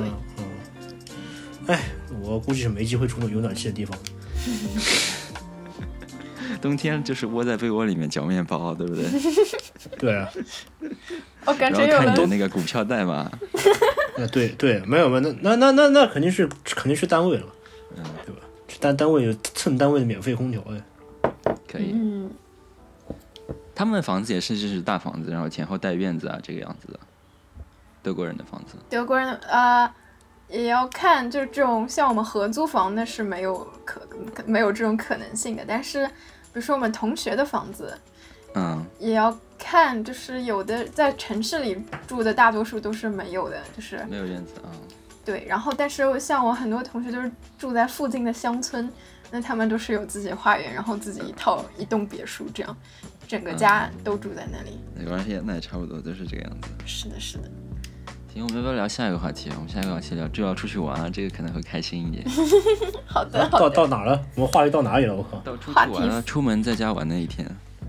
对。 我估计是没机会住有暖气的地方。 冬天就是窝在被窝里面嚼面包，对不对？ 对啊。 我感觉有人。 然后看你的那个股票代码。 对，没有，那肯定是单位了，对吧？单位有蹭单位的免费空调可以。他们的房子也是就是大房子，然后前后带院子啊，这个样子的。德国人的房子。 德国人也要看，就是这种像我们合租房的是没有这种可能性的。但是，比如说我们同学的房子，也要看，就是有的在城市里住的大多数都是没有的，就是没有院子啊。 对，然后但是像我很多同学都是住在附近的乡村，那他们都是有自己的花园，然后自己一栋别墅这样。整个家都住在那里。没关系， 那也差不多都是这个样子。 是的。 行，我们要不要聊下一个话题？我们下一个话题聊就要出去玩了，这个可能会开心一点。 好的。 到哪了？我们话题到哪里了？我靠！ 到出去玩了，出门在家玩那一天。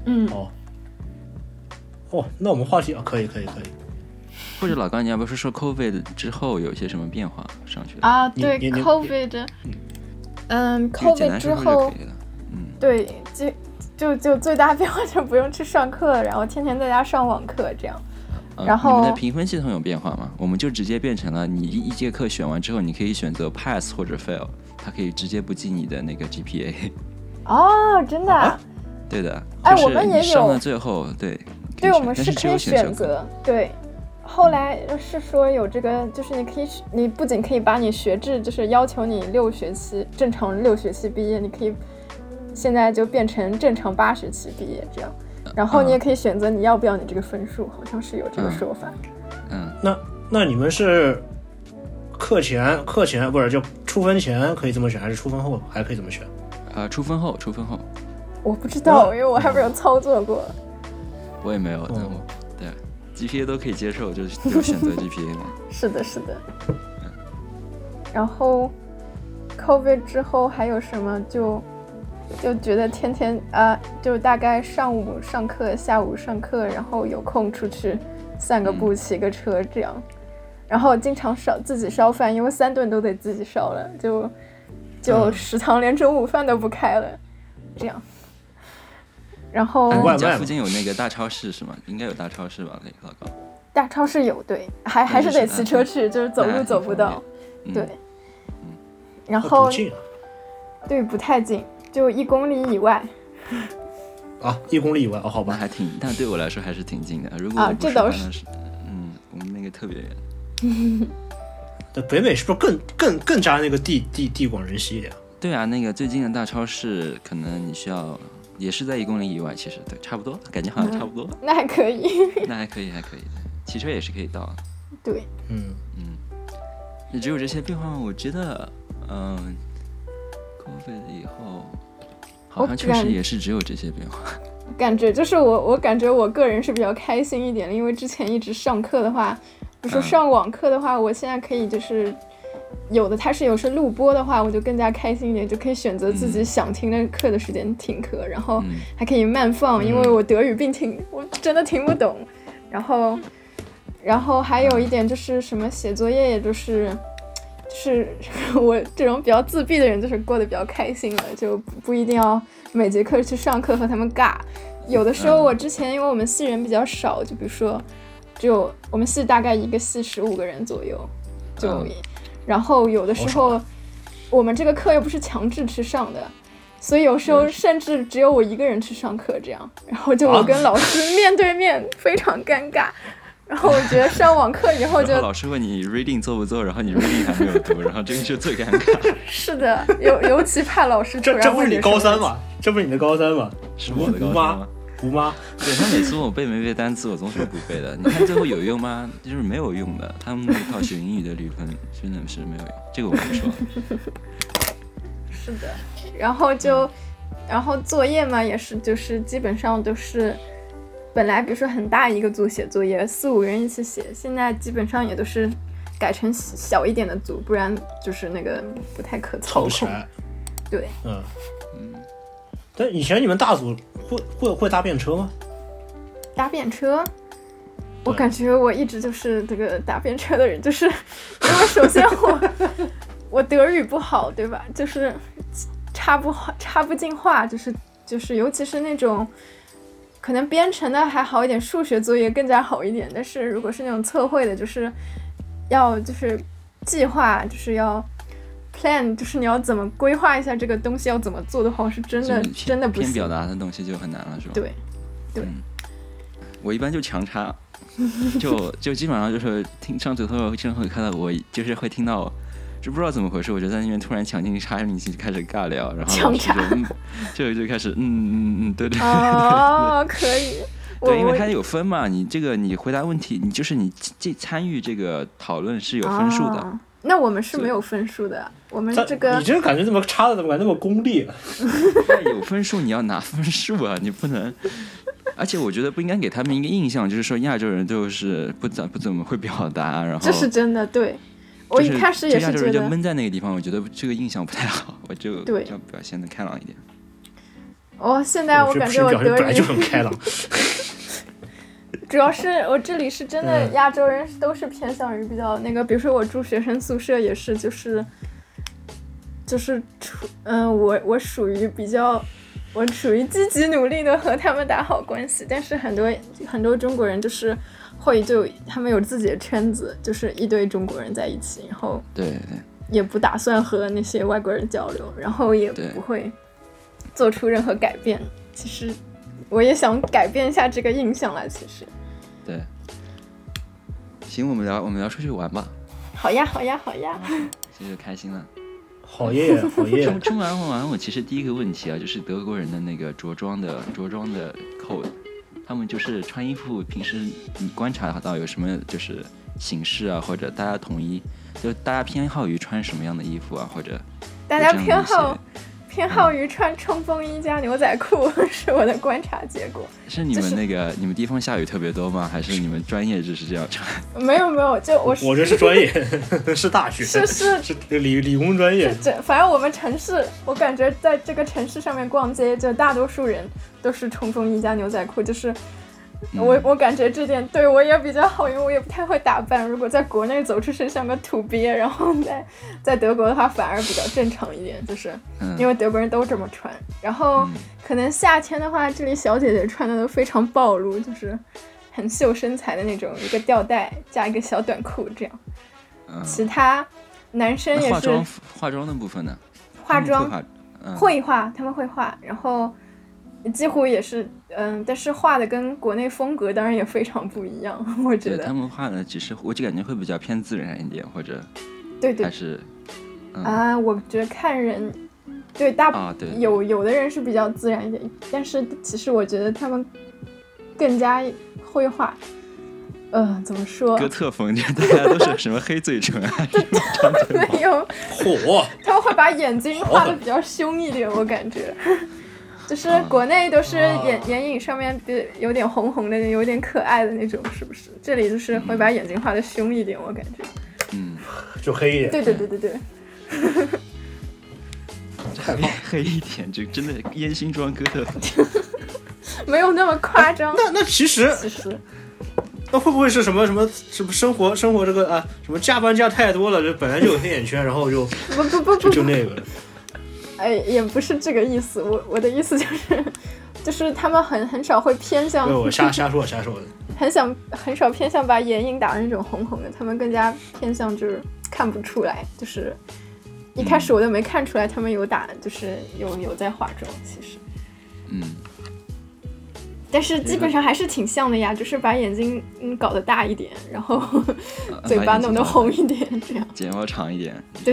那我们话题可以。 或者老高，你要不是说 COVID 之后有些什么变化上去啊？对 ，COVID， COVID 之后，对，就最大变化就不用去上课了，然后天天在家上网课这样。然后你们的评分系统有变化吗？我们就直接变成了你一节课选完之后，你可以选择 pass 或者 fail， 它可以直接不记你的那个 GPA。 真的？ 对的。 我们也有。 上到最后，对， 我们是可以选择。对，后来是说有这个，就是你不仅可以把你学制，就是要求你正常6学期毕业，你可以现在就变成正常8学期毕业这样。然后你也可以选择你要不要你这个分数，好像是有这个说法。 那你们是课前不是就出分前可以这么选，还是出分后还可以这么选？ 出分后。 我不知道，因为我还没有操作过。 我也没有，对。 GPA 都可以接受，就选择 GPA 嘛。 是的。然后 COVID 之后还有什么就觉得天天就大概上午上课，下午上课，然后有空出去散个步，骑个车这样。然后经常自己烧饭，因为3顿都得自己烧了，就食堂连中午饭都不开了，这样。然后你家附近有那个大超市是吗？应该有大超市吧？那个老高。 大超市有，对，还是得骑车去，就是走路走不到。对。然后对，不太近，就1公里以外。 啊，1公里以外好吧， 但对我来说还是挺近的。如果这倒是， 我们那个特别远。 对，北美是不是更加那个地广人稀一点？ 对啊，那个最近的大超市可能你需要也是在1公里以外，其实对，差不多，感觉好像差不多。 那还可以。 那还可以，骑车也是可以到。 对， 也只有这些变化吗？我觉得，COVID 以后好像确实也是只有这些变化。 感觉就是我感觉我个人是比较开心一点的，因为之前一直上课的话，比如说上网课的话，我现在可以就是有的它是有时录播的话，我就更加开心一点，就可以选择自己想听的课的时间听课，然后还可以慢放，因为我德语我真的听不懂。然后还有一点就是什么写作业，也就是我这种比较自闭的人，就是过得比较开心了，就不一定要每节课去上课和他们尬。有的时候我之前因为我们系人比较少，就比如说只有我们系大概一个系15个人左右，然后有的时候我们这个课又不是强制去上的，所以有时候甚至只有我一个人去上课这样，然后就我跟老师面对面，非常尴尬。然后我觉得上网课以后就老师问你 reading 做不做，然后你 reading 还没有读，然后这个就最尴尬。 是的，尤其怕老师突然这不是你高三吗？这不是你的高三吗？ 是我的高三吗？ 胡妈， 对，他每次问我背没背单词，我总是不背的。你看最后有用吗？就是没有用的。他们那套学英语的理论真的是没有用，这个我不说。 是的，然后作业嘛，也是就是基本上都是。本来比如说很大一个组写作业，4、5人一起写，现在基本上也都是改成小一点的组，不然就是那个不太可操控。对， 但以前你们大组会搭便车吗？ 搭便车，我感觉我一直就是这个搭便车的人，就是因为首先我德语不好，对吧？就是插不进话，就是尤其是那种。可能编程的还好一点，数学作业更加好一点，但是如果是那种测绘的，就是要就是计划，就是要 plan， 就是你要怎么规划一下这个东西要怎么做的话，我是真的不行。 偏表达的东西就很难了，是吧？ 对， 我一般就强插，就基本上就是听上嘴头经常会看到我，就是会听到。就不知道怎么回事，我就在那边突然强行插进去，就开始尬聊，然后就开始对。 哦，可以。 对，因为它有分嘛，你回答问题，你参与这个讨论是有分数的。 那我们是没有分数的，我们这个你这个感觉怎么插的怎么感觉那么功利？ 有分数你要拿分数啊，你不能。而且我觉得不应该给他们一个印象，就是说亚洲人就是不怎么会表达，然后这是真的对。我一开始也是觉得就闷在那个地方，我觉得这个印象不太好，我就要表现得开朗一点。 现在我感觉我德语本来就很开朗。 主要是我这里是真的亚洲人都是偏向于比较那个，比如说我住学生宿舍也是，我属于积极努力的和他们打好关系，但是很多中国人就是他们有自己的圈子，就是一堆中国人在一起，然后也不打算和那些外国人交流，然后也不会做出任何改变。其实我也想改变一下这个印象了，其实。 对。行，我们聊出去玩吧。 好呀。 这就开心了。 好耶。 春晚我其实第一个问题啊，就是德国人的那个着装的 code。他们就是穿衣服，平时你观察到有什么就是形式啊，或者大家统一，就大家偏好于穿什么样的衣服啊，或者大家偏好于穿冲锋衣加牛仔裤，是我的观察结果。 是你们你们地方下雨特别多吗？还是你们专业就是这样穿？ 没有，就我这是专业，是大学， 是理工专业。 反正我们城市，我感觉在这个城市上面逛街，就大多数人都是冲锋衣加牛仔裤，就是。我感觉这点对我也比较好，因为我也不太会打扮。如果在国内走出去像个土鳖，然后在德国的话反而比较正常一点，就是因为德国人都这么穿。然后可能夏天的话，这里小姐姐穿的都非常暴露，就是很秀身材的那种，一个吊带加一个小短裤这样。其他男生也是化妆的部分呢？ 化妆会画，他们会画，然后。几乎也是，但是画的跟国内风格当然也非常不一样，我觉得。 他们画的只是，我就感觉会比较偏自然一点，或者， 对， 还是， 我觉得看人，对对有的人是比较自然一点，但是其实我觉得他们更加会画，怎么说？ 哥特风，大家都是什么黑嘴唇啊？ 没有，他们会把眼睛画的比较凶一点，我感觉。就是国内都是眼影上面有点红红的，有点可爱的那种，是不是？这里就是会把眼睛画的凶一点，我感觉。 就黑一点。 对。 黑一点，就真的烟熏妆哥特。 没有那么夸张。 那其实，那会不会是什么生活这个什么加班加太多了，就本来就有黑眼圈，然后就就那个。 也不是这个意思，我的意思就是他们很少会偏向， 我瞎说的， 很少偏向把眼影打成那种红红的，他们更加偏向就是看不出来，就是一开始我都没看出来他们有打，就是有在化妆，其实，但是基本上还是挺像的呀，就是把眼睛搞得大一点，然后嘴巴弄得红一点，这样， 睫毛长一点， 对，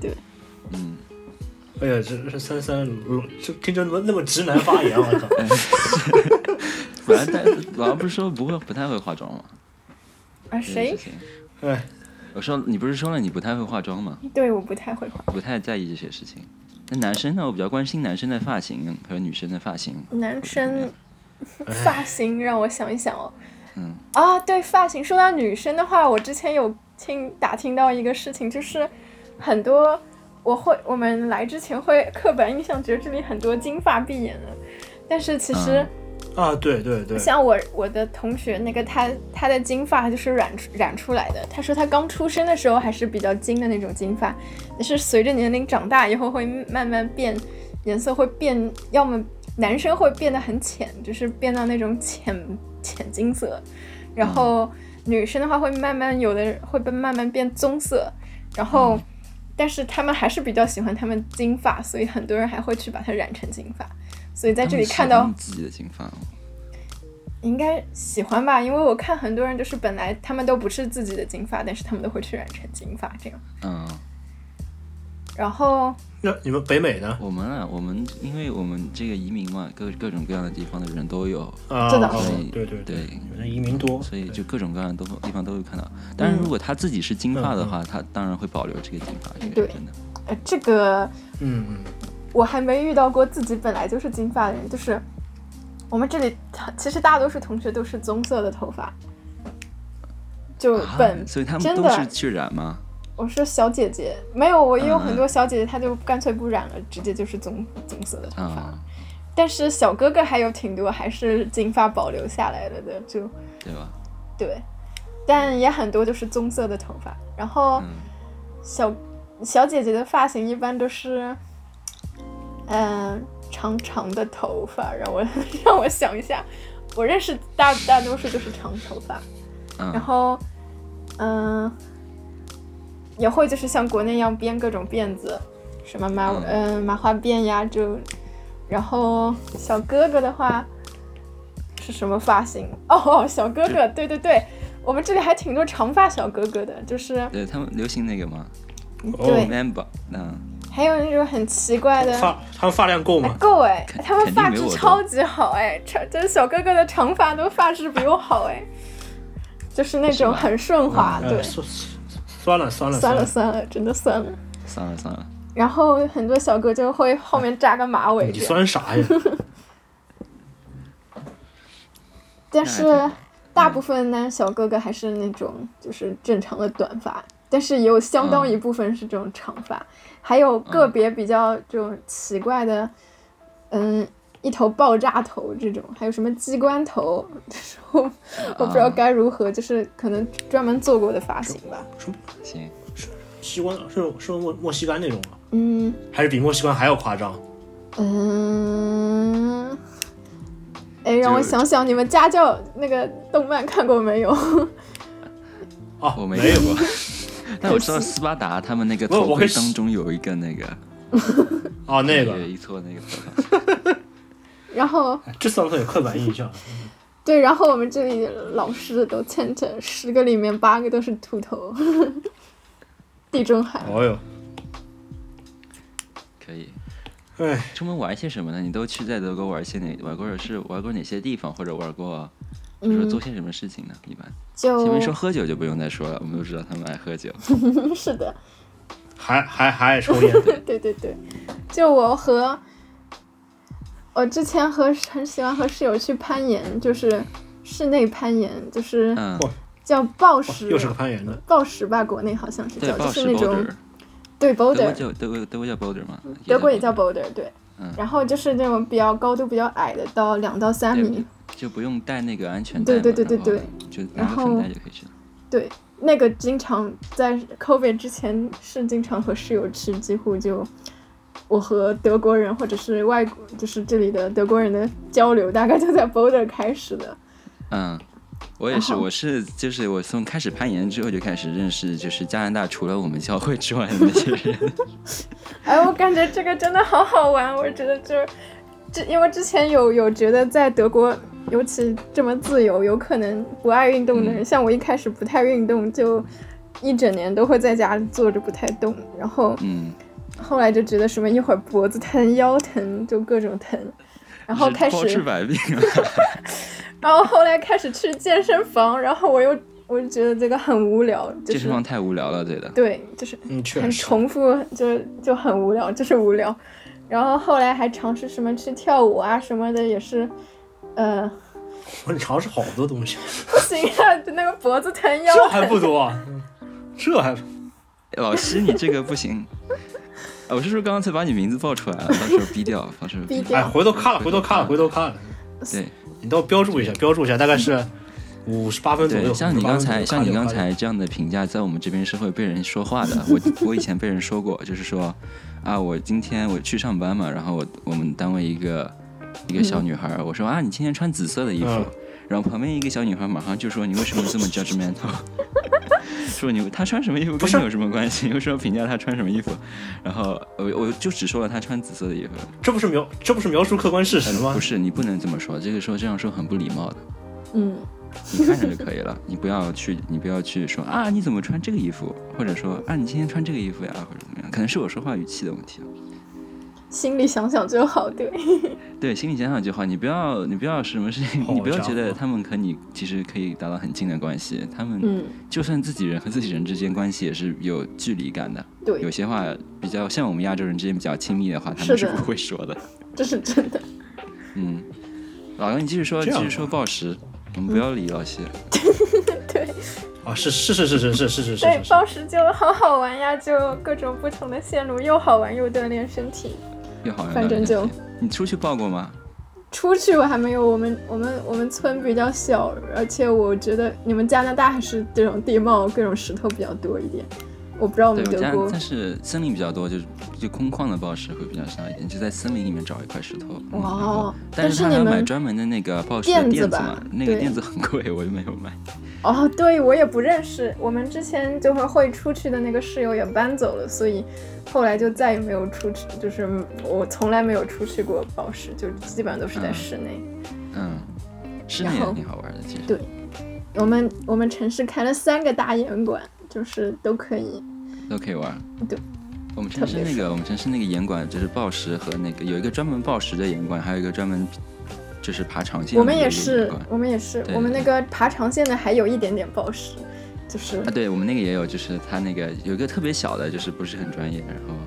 哎呀，这三这听着那么直男发言，我操！ 老王不是说不太会化妆吗？ 谁？ 我说你不是说了你不太会化妆吗？ 对，我不太会化妆， 不太在意这些事情。那男生呢？我比较关心男生的发型和女生的发型。 男生发型让我想一想哦。对，发型。说到女生的话，我之前有打听到一个事情，就是很多。我们来之前会刻板印象觉得这里很多金发碧眼的，但是其实对， 像我的同学那个他的金发就是染出来的，他说他刚出生的时候还是比较金的那种金发，但是随着年龄长大以后会慢慢变，颜色会变，要么男生会变得很浅，就是变到那种浅金色，然后女生的话会慢慢有的会慢慢变棕色，然后但是他们还是比较喜欢他们金发，所以很多人还会去把它染成金发。所以在这里看到自己的金发， 应该喜欢吧？因为我看很多人就是本来他们都不是自己的金发，但是他们都会去染成金发这样。然后那你们北美呢？ 我们因为我们这个移民嘛，各种各样的地方的人都有真的， 对，移民多， 所以就各种各样的地方都会看到。但是如果他自己是金发的话，他当然会保留这个金发，这个是真的。 这个我还没遇到过自己本来就是金发的人，就是我们这里其实大多数同学都是棕色的头发， 所以他们都是去染吗？ 我说小姐姐没有，我也有很多小姐姐，她就干脆不染了，直接就是棕色的头发。但是小哥哥还有挺多还是金发保留下来了的， 对吧？ 对，但也很多就是棕色的头发。然后小姐姐的发型一般都是长长的头发，让我想一下，我认识大多数都是长头发，然后也会就是像国内一样编各种辫子，什么麻花辫呀，然后小哥哥的话是什么发型？小哥哥，对，我们这里还挺多长发小哥哥的，就是对他们流行那个吗？ 对，还有那种很奇怪的， 他们发量够吗？ 够他们发质超级好这小哥哥的长发都发质比我好就是那种很顺滑，对。 算了， 真的算了。 然后很多小哥就会后面扎个马尾。 你算啥呀？ 但是大部分男小哥哥还是那种就是正常的短发，但是也有相当一部分是这种长发，还有个别比较这种奇怪的，一头爆炸头这种，还有什么机关头，我不知道该如何，就是可能专门做过的发型吧。 行， 西关是莫西干那种吗？还是比莫西干还要夸张？ 让我想想，你们家教那个动漫看过没有？ 我没有过。但我知道斯巴达他们那个头盔当中有一个那个， 那个有一撮那个头发。 然后这算不算有刻板印象？ 对，然后我们这里老师都牵扯10个里面8个都是秃头，地中海。 哦哟， 可以。出门玩些什么呢？你都去在德国玩过哪些地方，或者玩过，就是说做些什么事情呢？一般前面说喝酒就不用再说了，我们都知道他们爱喝酒。 是的， 还爱抽烟。 对，就我之前很喜欢和室友去攀岩，就是室内攀岩，就是叫暴石， 又是个攀岩的暴石吧，国内好像是叫，就是那种。 对 boulder， 德国叫 boulder 吗？ 德国也叫 boulder， 对。然后就是那种比较高度比较矮的，到2到3米，就不用带那个安全带。 对， 就拿个粉带就可以去。 对，那个经常在 COVID 之前是经常和室友去，几乎就我和德国人或者是外国，就是这里的德国人的交流，大概就在 boulder 开始的。 我也是，我从开始攀岩之后就开始认识，就是加拿大除了我们教会之外的那些人。 我感觉这个真的好好玩，我觉得因为之前有觉得在德国，尤其这么自由，有可能不爱运动的人，像我一开始不太运动，就一整年都会在家里坐着不太动，然后后来就觉得什么一会儿脖子疼、腰疼，就各种疼，然后开始包治百病。 然后后来开始去健身房，然后我就觉得这个很无聊， 健身房太无聊了，对的。 对，就是很重复，就很无聊，就是无聊。然后后来还尝试什么去跳舞啊什么的，也是， 你尝试好多东西。 不行啊，就那个脖子疼腰疼。 这还不多啊？这还老西你这个不行。我是说刚刚才把你名字报出来了，到时候逼掉，到时候逼掉。 回头看了。 对。 你都标注一下，大概是58分左右。 像你刚才这样的评价，在我们这边是会被人说话的。我以前被人说过，就是说我今天我去上班嘛，然后我们单位一个小女孩，我说你今天穿紫色的衣服，然后旁边一个小女孩马上就说你为什么这么 judgmental？ 说她穿什么衣服跟你有什么关系？你为什么评价她穿什么衣服？然后我就只说了她穿紫色的衣服。 这不是描述客观事实吗？ 不是，你不能这么说，这样说很不礼貌的。你看着就可以了，你不要去说你怎么穿这个衣服，或者说你今天穿这个衣服呀，或者怎么样，可能是我说话语气的问题。 心里想想就好， 对，心里想想就好。你不要什么事情，你不要觉得他们和你其实可以达到很近的关系。他们就算自己人和自己人之间关系也是有距离感的。 对， 有些话比较像我们亚洲人之间比较亲密的话，他们是不会说的。 这是真的。 老杨，你继续说暴食，我们不要理老谢。 对。 是。 对，暴食就好好玩呀，就各种不同的线路，又好玩又锻炼身体。 又好玩， 反正就你出去报过吗？ 出去我还没有，我们村比较小，而且我觉得你们加拿大还是这种地貌各种石头比较多一点，我不知道我们德国。 但是森林比较多，就空旷的暴石会比较少一点，就在森林里面找一块石头。 哇！ 但是他要买专门的那个暴石的垫子嘛，那个垫子很贵，我就没有买。 对，我也不认识。我们之前会出去的那个室友也搬走了，所以后来就再也没有出去，就是我从来没有出去过暴石，就基本上都是在室内。 室内也挺好玩的，其实。 对，我们城市开了3个大岩馆，就是都可以玩。 对。 我们城市那个岩馆就是暴石和那个有一个专门暴石的岩馆，还有一个专门就是爬长线的。 我们也是，我们那个爬长线的还有一点点暴石，就是对，我们那个也有，就是它那个有一个特别小的，就是不是很专业，然后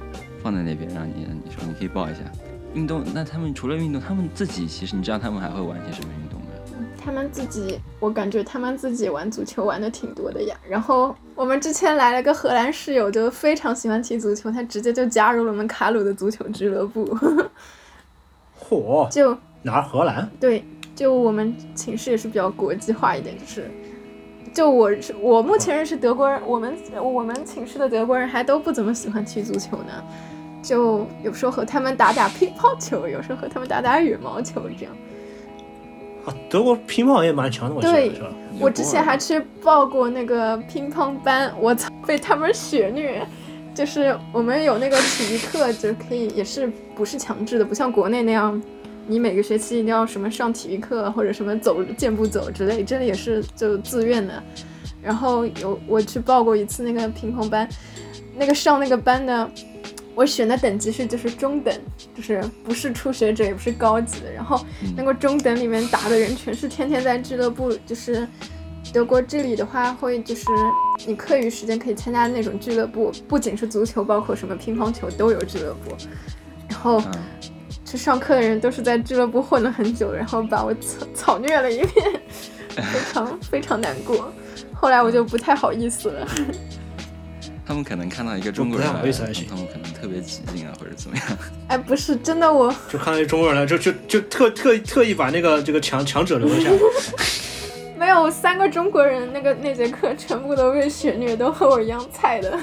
放在那边，让你说你可以报一下运动。那他们除了运动，他们自己其实你知道他们还会玩些什么运动吗？ 他们自己，我感觉他们自己玩足球玩的挺多的呀。然后我们之前来了个荷兰室友，就非常喜欢踢足球，他直接就加入了我们卡鲁的足球俱乐部。 嚯！ 就哪儿荷兰？ 对，就我们寝室也是比较国际化一点，就我目前认识德国人，我们寝室的德国人还都不怎么喜欢踢足球呢。就有时候和他们打乒乓球，有时候和他们打羽毛球这样。 啊，德国乒乓也蛮强的，我记得是吧？ 我之前还去报过那个乒乓班，我操，被他们血虐。就是我们有那个体育课，就可以，也是不是强制的，不像国内那样，你每个学期一定要什么上体育课或者什么健步走之类，这里也是就自愿的。然后我去报过一次那个乒乓班，上那个班的。我选的等级就是中等，就是不是初学者也不是高级的，然后那个中等里面打的人全是天天在俱乐部，就是德国这里的话会就是你课余时间可以参加那种俱乐部，不仅是足球，包括什么乒乓球都有俱乐部，然后去上课的人都是在俱乐部混了很久，然后把我草虐了一遍，非常难过，后来我就不太好意思了。 他们可能看到一个中国人来，他们可能特别起劲啊，或者怎么样。哎， 不是真的，我就看到一中国人来，就特意把这个强者留下。 没有，3个中国人，那节课全部都被血虐，都和我一样菜的。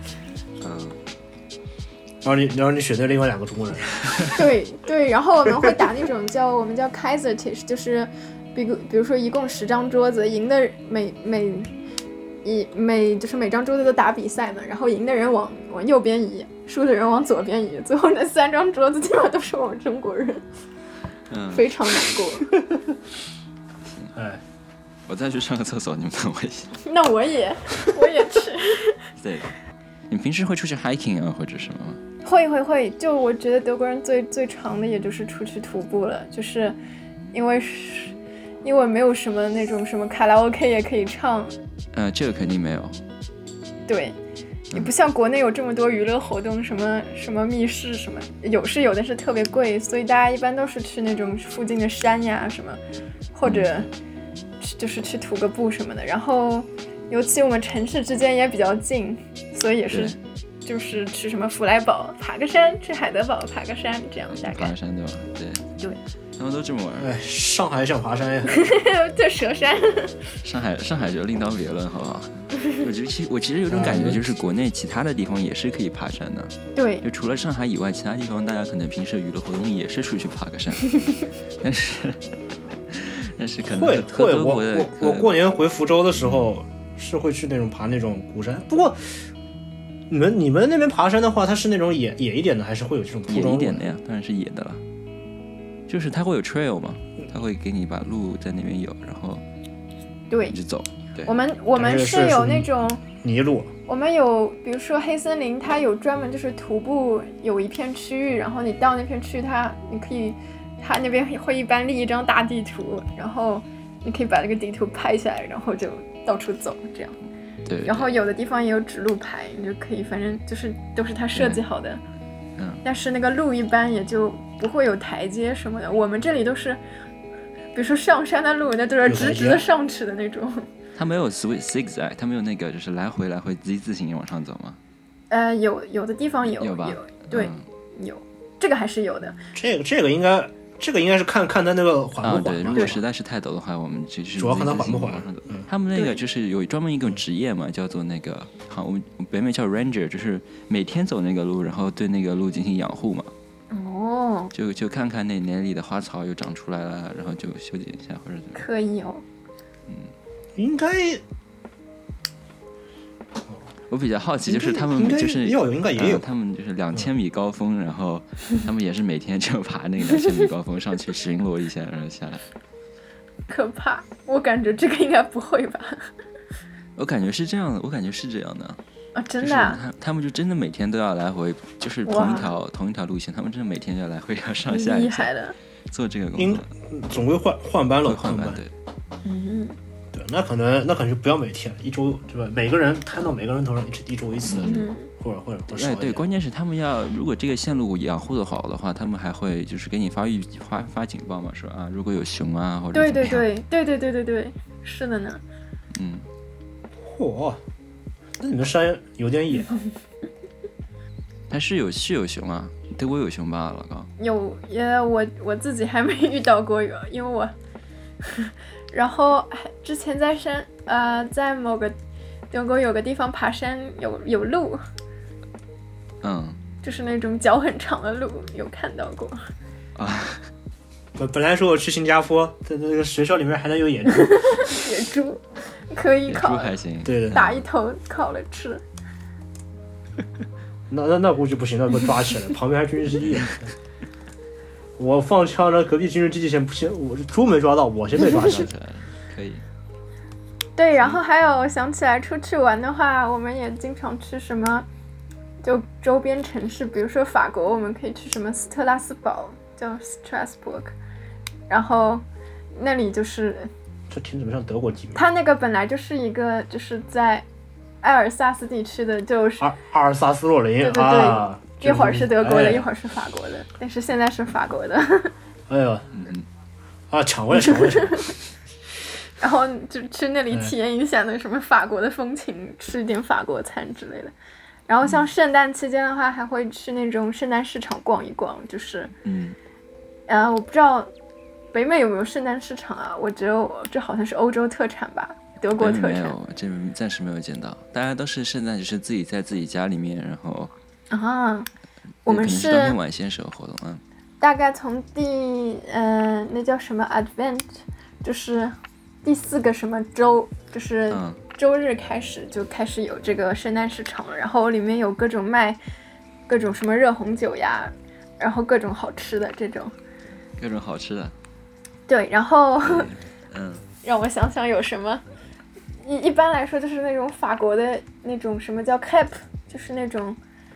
然后你选对另外2个中国人。 对，然后我们会打那种我们叫 Kaisertisch， 就是比如说一共10张桌子，赢的就是每张桌子都打比赛嘛，然后赢的人往右边移，输的人往左边移，最后那3张桌子基本上都是我们中国人，非常难过。 哎， 我再去上个厕所，你们等我一下。 那我也去。 对，你平时会出去 hiking 啊，或者什么吗？ 会，就我觉得德国人最长的也就是出去徒步了，就是因为没有什么那种什么卡拉 OK 也可以唱。 这个肯定没有。 对，也不像国内有这么多娱乐活动，什么密室什么，有，但是特别贵，所以大家一般都是去那种附近的山呀什么，或者就是去徒个步什么的。然后，尤其我们城市之间也比较近，所以也是就是去什么弗莱堡爬个山，去海德堡爬个山，这样大概。 爬个山对吧？对。他们都这么玩。 哎，上海想爬山呀。 对，蛇山。 上海就另当别论，好不好？我其实有种感觉，就是国内其他的地方也是可以爬山的。 对。 就除了上海以外，其他地方大家可能平时的娱乐活动也是出去爬个山，但是可能会。我过年回福州的时候是会去那种爬那种古山，不过。你们那边爬山的话，它是那种野一点的，还是会有这种铺装野一点的呀？当然是野的了。就是它会有 trail 嘛，它会给你把路在那边有，然后对， 你就走。对， 我们是有那种泥路， 我们有，比如说黑森林，它有专门就是徒步有一片区域，然后你到那片区域，它那边会一般立一张大地图，然后你可以把这个地图拍下来，然后就到处走这样。 对， 然后有的地方也有指路牌，你就可以，反正就是都是它设计好的。但是那个路一般也就不会有台阶什么的。我们这里都是，比如说上山的路，那都是直直的上去的那种。 它没有 zigzag， 它没有那个就是来回自行往上走吗？ 有的地方有吧？ 对，有，这个还是有的。 这个应该是看它那个缓不缓。 对，如果实在是太陡的话，我们就是主要看它缓不缓。 他们那个就是有专门一种职业嘛，叫做那个，好，我们北美叫 ranger， 就是每天走那个路，然后对那个路进行养护嘛。 哦。 就看看那年里的花草又长出来了，然后就修剪一下或者怎么样。 可以哦。 应该。 我比较好奇，就是他们就是应该也有， 他们就是2000米高峰，然后他们也是每天就爬那个2000米高峰上去巡逻一下，然后下来。 可怕，我感觉这个应该不会吧？ 我感觉是这样的。 啊，真的、啊就是他们就真的每天都要来回，就是同一条路线，他们真的每天要来回要上下一下， 厉害的， 做这个工作， 总归换班了， 换班对。 对，那可能就不要每天，一周对吧？每个人摊到每个人头上，一周一次。 或者少一点。 对，关键是他们如果这个线路养护的好的话，他们还会就是给你发警报嘛，说啊，如果有熊啊或者对，是的呢。 那你们山有点野。 它是有熊啊，德国有熊吧，老高？ 有，我自己还没遇到过，因为我，然后之前在某个德国有个地方爬山有鹿，就是那种脚很长的鹿，有看到过。 啊， 本来说我去新加坡，在那个学校里面还能有野猪。 野猪可以烤， 野猪还行， 对， 打一头烤了吃。 那估计不行，那被抓起来，旁边还军事基地。我放枪，那隔壁军事基地先不行，我猪没抓到，我先被抓起来。 可以。 对，然后还有想起来出去玩的话，我们也经常去什么，就周边城市，比如说法国，我们可以去什么斯特拉斯堡，叫 Strasbourg， 然后那里就是这听着像德国地名。 它那个本来就是一个就是在埃尔萨斯地区的，就是阿尔萨斯洛林。 对， 啊， 一会儿是德国的，一会儿是法国的，但是现在是法国的。 哎呦，抢过来。 然后就去那里体验一下那什么法国的风情，吃一点法国餐之类的。然后像圣诞期间的话，还会去那种圣诞市场逛一逛，就是我不知道北美有没有圣诞市场啊？我觉得这好像是欧洲特产吧，德国特产。 没有，这暂时没有见到。大家都是圣诞，就是自己在自己家里面，然后我们是当天晚些时候活动大概从那叫什么 Advent， 就是第4个什么周，就是周日开始就开始有这个圣诞市场了，然后里面有各种卖各种什么热红酒呀，然后各种好吃的这种。 各种好吃的。 对，然后让我想想有什么。一般来说就是那种法国的那种什么叫 crepe， 就是那种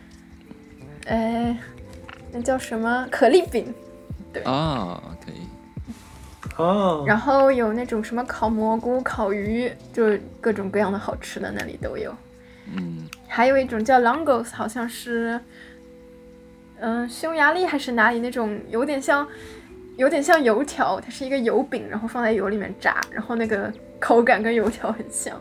那叫什么可丽饼。对可以。 然后有那种什么烤蘑菇、烤鱼，就各种各样的好吃的那里都有。还有一种叫 langos， 好像是匈牙利还是哪里那种有点像油条，它是一个油饼，然后放在油里面炸，然后那个口感跟油条很像。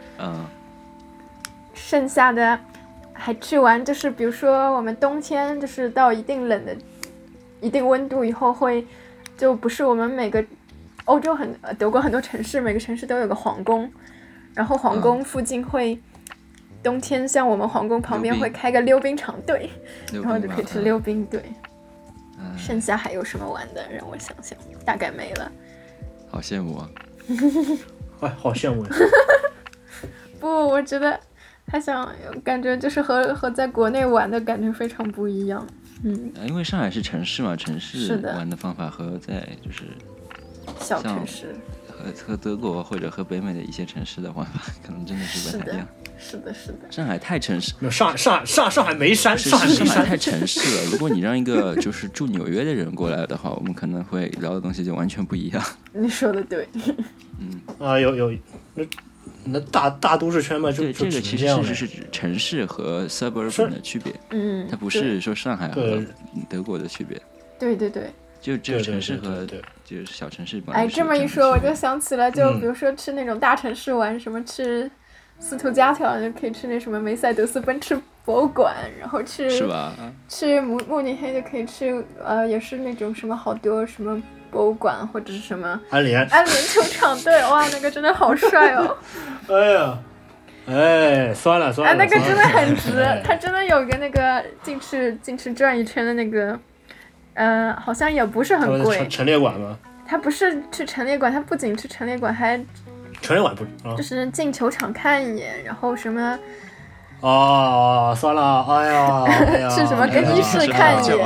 剩下的还去玩，就是比如说我们冬天就是到一定温度以后会，就不是我们每个欧洲德国很多城市，每个城市都有个皇宫，然后皇宫附近会冬天像我们皇宫旁边会开个溜冰场，对，然后就可以去溜冰，对。剩下还有什么玩的？让我想想，大概没了。 好羡慕啊！ 好羡慕呀！ 不，我觉得感觉就是和在国内玩的感觉非常不一样。 因为上海是城市嘛，城市玩的方法和在就是小城市和德国或者和北美的一些城市的玩法，可能真的是不太一样。 是的。 上海太城市， 上海没山，上海太城市了。如果你让一个就是住纽约的人过来的话，我们可能会聊的东西就完全不一样。 你说的对。 有那大都市圈嘛， 这个其实是指城市和 suburban 的区别。它不是说上海和德国的区别。对。就只有城市和就是小城市。 这么一说我就想起了，就比如说去那种大城市玩，什么去斯图加特就可以去那什么梅赛德斯奔驰博物馆，然后去慕尼黑就可以去也是那种什么好多什么博物馆或者是什么安联球场，对，哇，那个真的好帅哦！ 算了， 那个真的很值，它真的有个那个进去转一圈的那个，好像也不是很贵。 陈列馆吗？ 它不是去陈列馆，它不仅去陈列馆，还陈列馆不就是进球场看一眼，然后什么。 算了，哎呀， 去什么更衣室看一眼。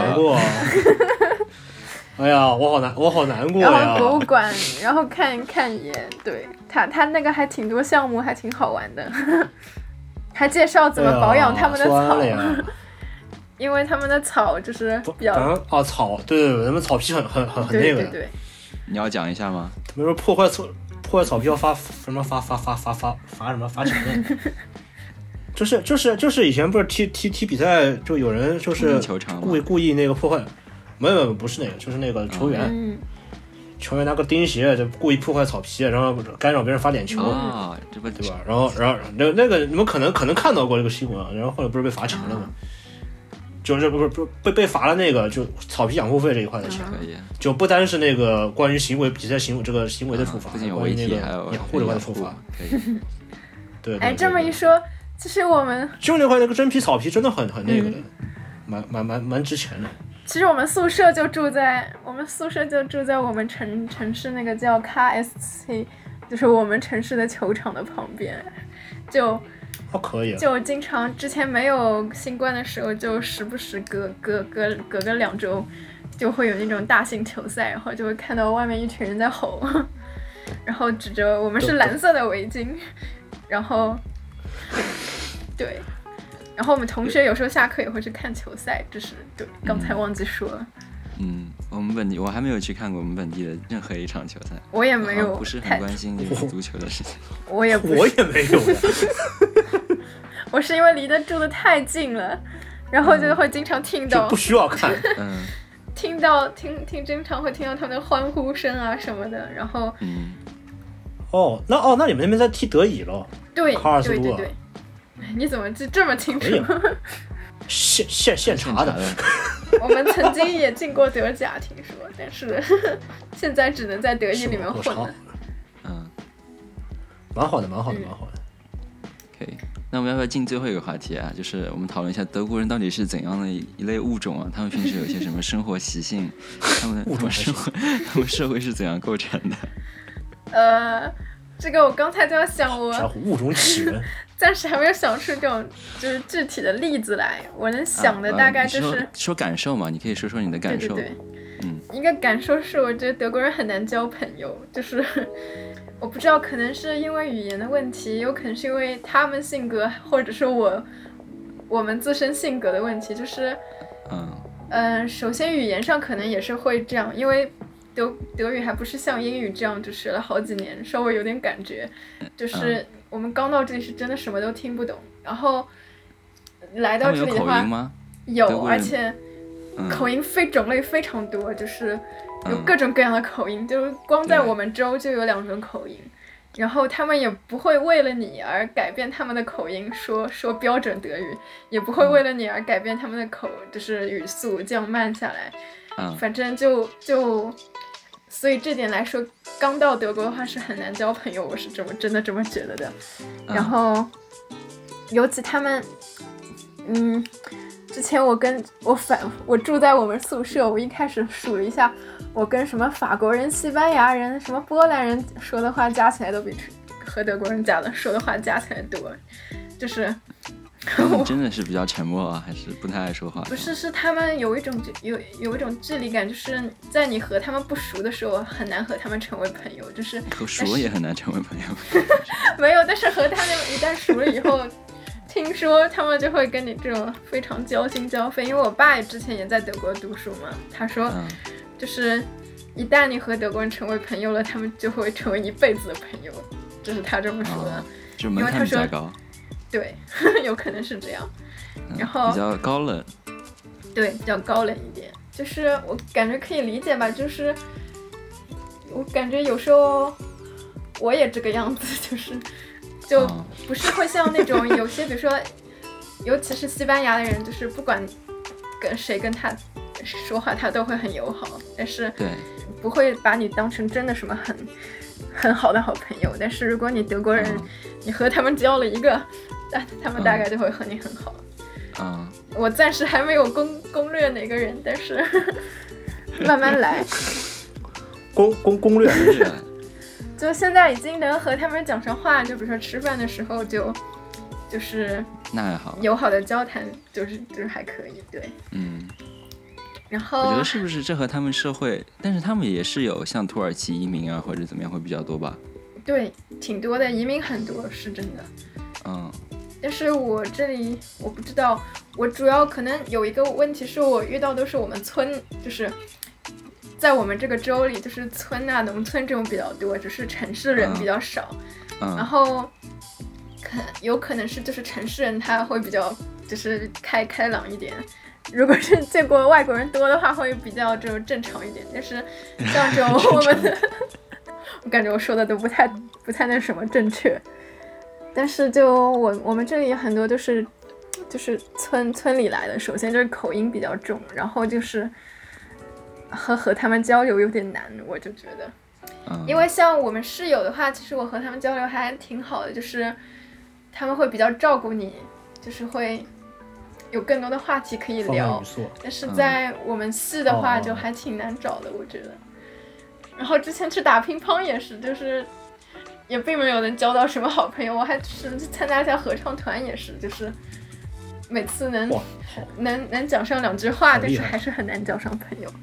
哎呀，我好难过呀。 然后博物馆，然后看一眼，对，他那个还挺多项目，还挺好玩的，还介绍怎么保养他们的草，因为他们的草就是比较草，对，他们草皮很那个。 对。 你要讲一下吗？ 他们说破坏草皮要罚什么罚钱的。 就是以前不是踢比赛，就有人就是故意那个破坏，没有不是那个，就是那个球员。球员拿个钉鞋就故意破坏草皮，然后干扰别人发点球这不对吧？然后那个你们可能看到过这个新闻啊，然后后来不是被罚钱了吗？就是不是被罚了那个就草皮养护费这一块的钱，就不单是那个关于比赛行为这个行为的处罚， 不仅有关于那个养护这块的处罚。对， 这么一说，其实我们就那块那个真皮草皮真的很那个的，蛮值钱的。 其实我们宿舍就住在我们城市那个叫 KSC， 就是我们城市的球场的旁边，就可以就经常之前没有新冠的时候，就时不时隔个2周就会有那种大型球赛，然后就会看到外面一群人在吼，然后指着我们是蓝色的围巾，然后对。然后我们同学有时候下课也会去看球赛，这是对，刚才忘记说了。 我们本地我还没有去看过我们本地的任何一场球赛， 我也没有， 不是很关心这个足球的事情。 我也没有我是因为离得住得太近了，然后就会经常听到， 就不需要看， 经常会听到他们的欢呼声啊什么的，然后那你们那边在踢德乙了？ 对， 卡尔斯鲁对。你怎么记这么清楚？ 现查的。 我们曾经也进过德甲，听说，但是现在只能在德乙里面混了。 蛮好的。 可以，那我们要不要进最后一个话题啊？就是我们讨论一下德国人到底是怎样的一类物种啊？他们平时有些什么生活习性？他们社会是怎样构成的？ 这个我刚才就要想，我物种起源暂时还没有想出这种就是具体的例子来。我能想的大概就是说感受嘛，你可以说你的感受。 对，一个感受是我觉得德国人很难交朋友，就是我不知道，可能是因为语言的问题，有可能是因为他们性格，或者是我们自身性格的问题，就是首先语言上可能也是会这样，因为德语还不是像英语这样就学了好几年，稍微有点感觉，就是我们刚到这里是真的什么都听不懂，然后来到这里的话， 他们有口音吗？ 有，而且口音种类非常多，就是有各种各样的口音，就是光在我们州就有2种口音，然后他们也不会为了你而改变他们的口音，说标准德语，也不会为了你而改变他们的就是语速降慢下来，反正就所以这点来说，刚到德国的话是很难交朋友，我是真的这么觉得的。然后尤其他们之前我住在我们宿舍，我一开始数了一下，我跟什么法国人、西班牙人、什么波兰人说的话加起来都比和德国人说的话加起来多，就是你真的是比较沉默啊，还是不太爱说话？ 不是，是他们有一种距离感，就是在你和他们不熟的时候很难和他们成为朋友，就是熟也很难成为朋友。 没有，但是和他们一旦熟了以后，听说他们就会跟你这种非常交心交肺。因为我爸之前也在德国读书嘛，他说就是一旦你和德国人成为朋友了，他们就会成为一辈子的朋友，这是他这么说的。 就门槛比较高。 对，有可能是这样，然后比较高冷， 对，比较高冷一点，就是我感觉可以理解吧，就是我感觉有时候我也这个样子，就不是会像那种有些，比如说，尤其是西班牙的人，就是不管跟他说话，他都会很友好，但是不会把你当成真的什么很好的好朋友。但是如果你德国人，你和他们交了一个，他们大概就会和你很好。我暂时还没有攻略哪个人，但是慢慢来。 攻略就现在已经能和他们讲上话，就比如说吃饭的时候就是那还好， 友好的交谈就是还可以，对。然后我觉得是不是这和他们社会，但是他们也是有像土耳其移民啊或者怎么样会比较多吧？ 对，挺多的，移民很多，是真的。但是我这里我不知道，我主要可能有一个问题是我遇到都是我们村，就是在我们这个州里，就是村啊农村这种比较多，只是城市人比较少。然后有可能是就是城市人他会比较就是开朗一点，如果是见过外国人多的话会比较就正常一点，但是像这种我们的我感觉我说的都不太那什么正确，但是就我们这里很多就是村里来的，首先就是口音比较重，然后就是和他们交流有点难，我就觉得。因为像我们室友的话，其实我和他们交流还挺好的，就是他们会比较照顾你，就是会有更多的话题可以聊。但是在我们系的话就还挺难找的，我觉得。然后之前去打乒乓也是，就是也并没有能交到什么好朋友，我还是参加一下合唱团也是，就是每次能讲上2句话，但是还是很难交上朋友。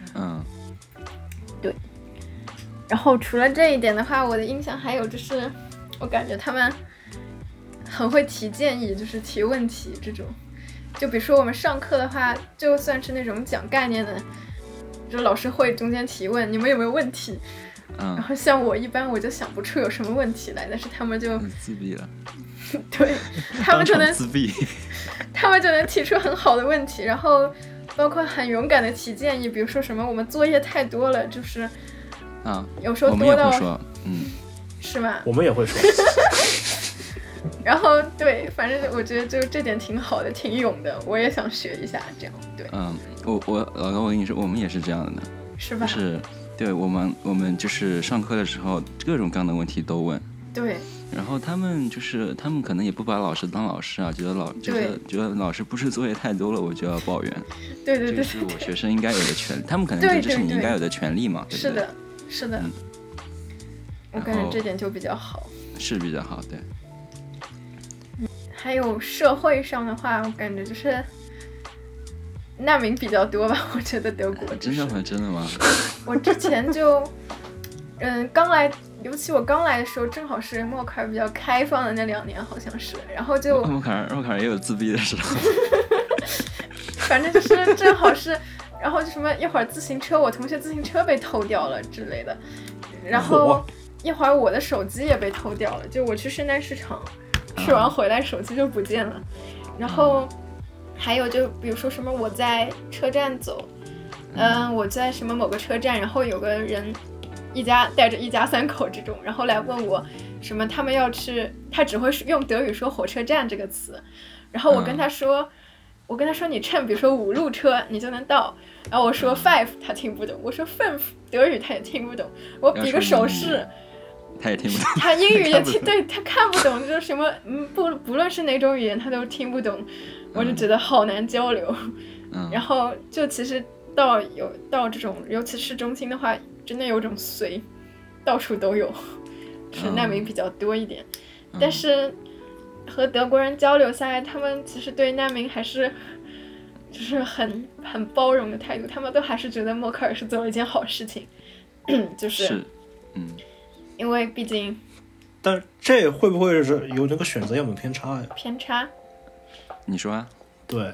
对。然后除了这一点的话，我的印象还有就是，我感觉他们很会提建议，就是提问题这种。就比如说我们上课的话，就算是那种讲概念的，就老师会中间提问，你们有没有问题？然后像我一般我就想不出有什么问题来，但是他们就自闭了。 对，他们就能自闭， 他们就能提出很好的问题，然后包括很勇敢的提建议，比如说什么我们作业太多了，就是有时候多到是吗？ 我们也会说。 然后对，反正我觉得就这点挺好的，挺勇的，我也想学一下这样。对， 我老高，我跟你说，我们也是这样的呢， 是吧？ 就是对我们就是上课的时候各种各样的问题都问。 对。 然后他们可能也不把老师当老师啊，觉得老师布置作业太多了，我就要抱怨。 对， 这是我学生应该有的权利，他们可能觉得这是你应该有的权利嘛，对不对？ 是的。我感觉这点就比较好。是比较好，对。 还有社会上的话，我感觉就是难民比较多吧，我觉得德国。 真的吗？ 我之前就刚来。尤其我刚来的时候，正好是默克尔比较开放的那2年，好像是，然后就默克尔也有自闭的时候， 反正就是正好是，然后就什么一会儿自行车，我同学自行车被偷掉了之类的，然后一会儿我的手机也被偷掉了，就我去圣诞市场吃完回来手机就不见了，然后还有就比如说什么我在车站走，我在什么某个车站，然后有个人。带着一家3口这种，然后来问我什么他们要去，他只会用德语说火车站这个词，然后我跟他说你乘比如说5路车你就能到，然后我说 5 他听不懂，我说 5德语他也听不懂，我比个手势他也听不懂， 他英语也听对他看不懂，就是什么不论是哪种语言他都听不懂，我就觉得好难交流，然后就其实到这种尤其市中心的话真的有种随到处都有，就是难民比较多一点，但是和德国人交流下来，他们其实对难民还是就是很包容的态度，他们都还是觉得默克尔是做了一件好事情，就是因为毕竟， 但这会不会是有那个选择样本偏差呀？ 偏差？ 你说啊？ 对，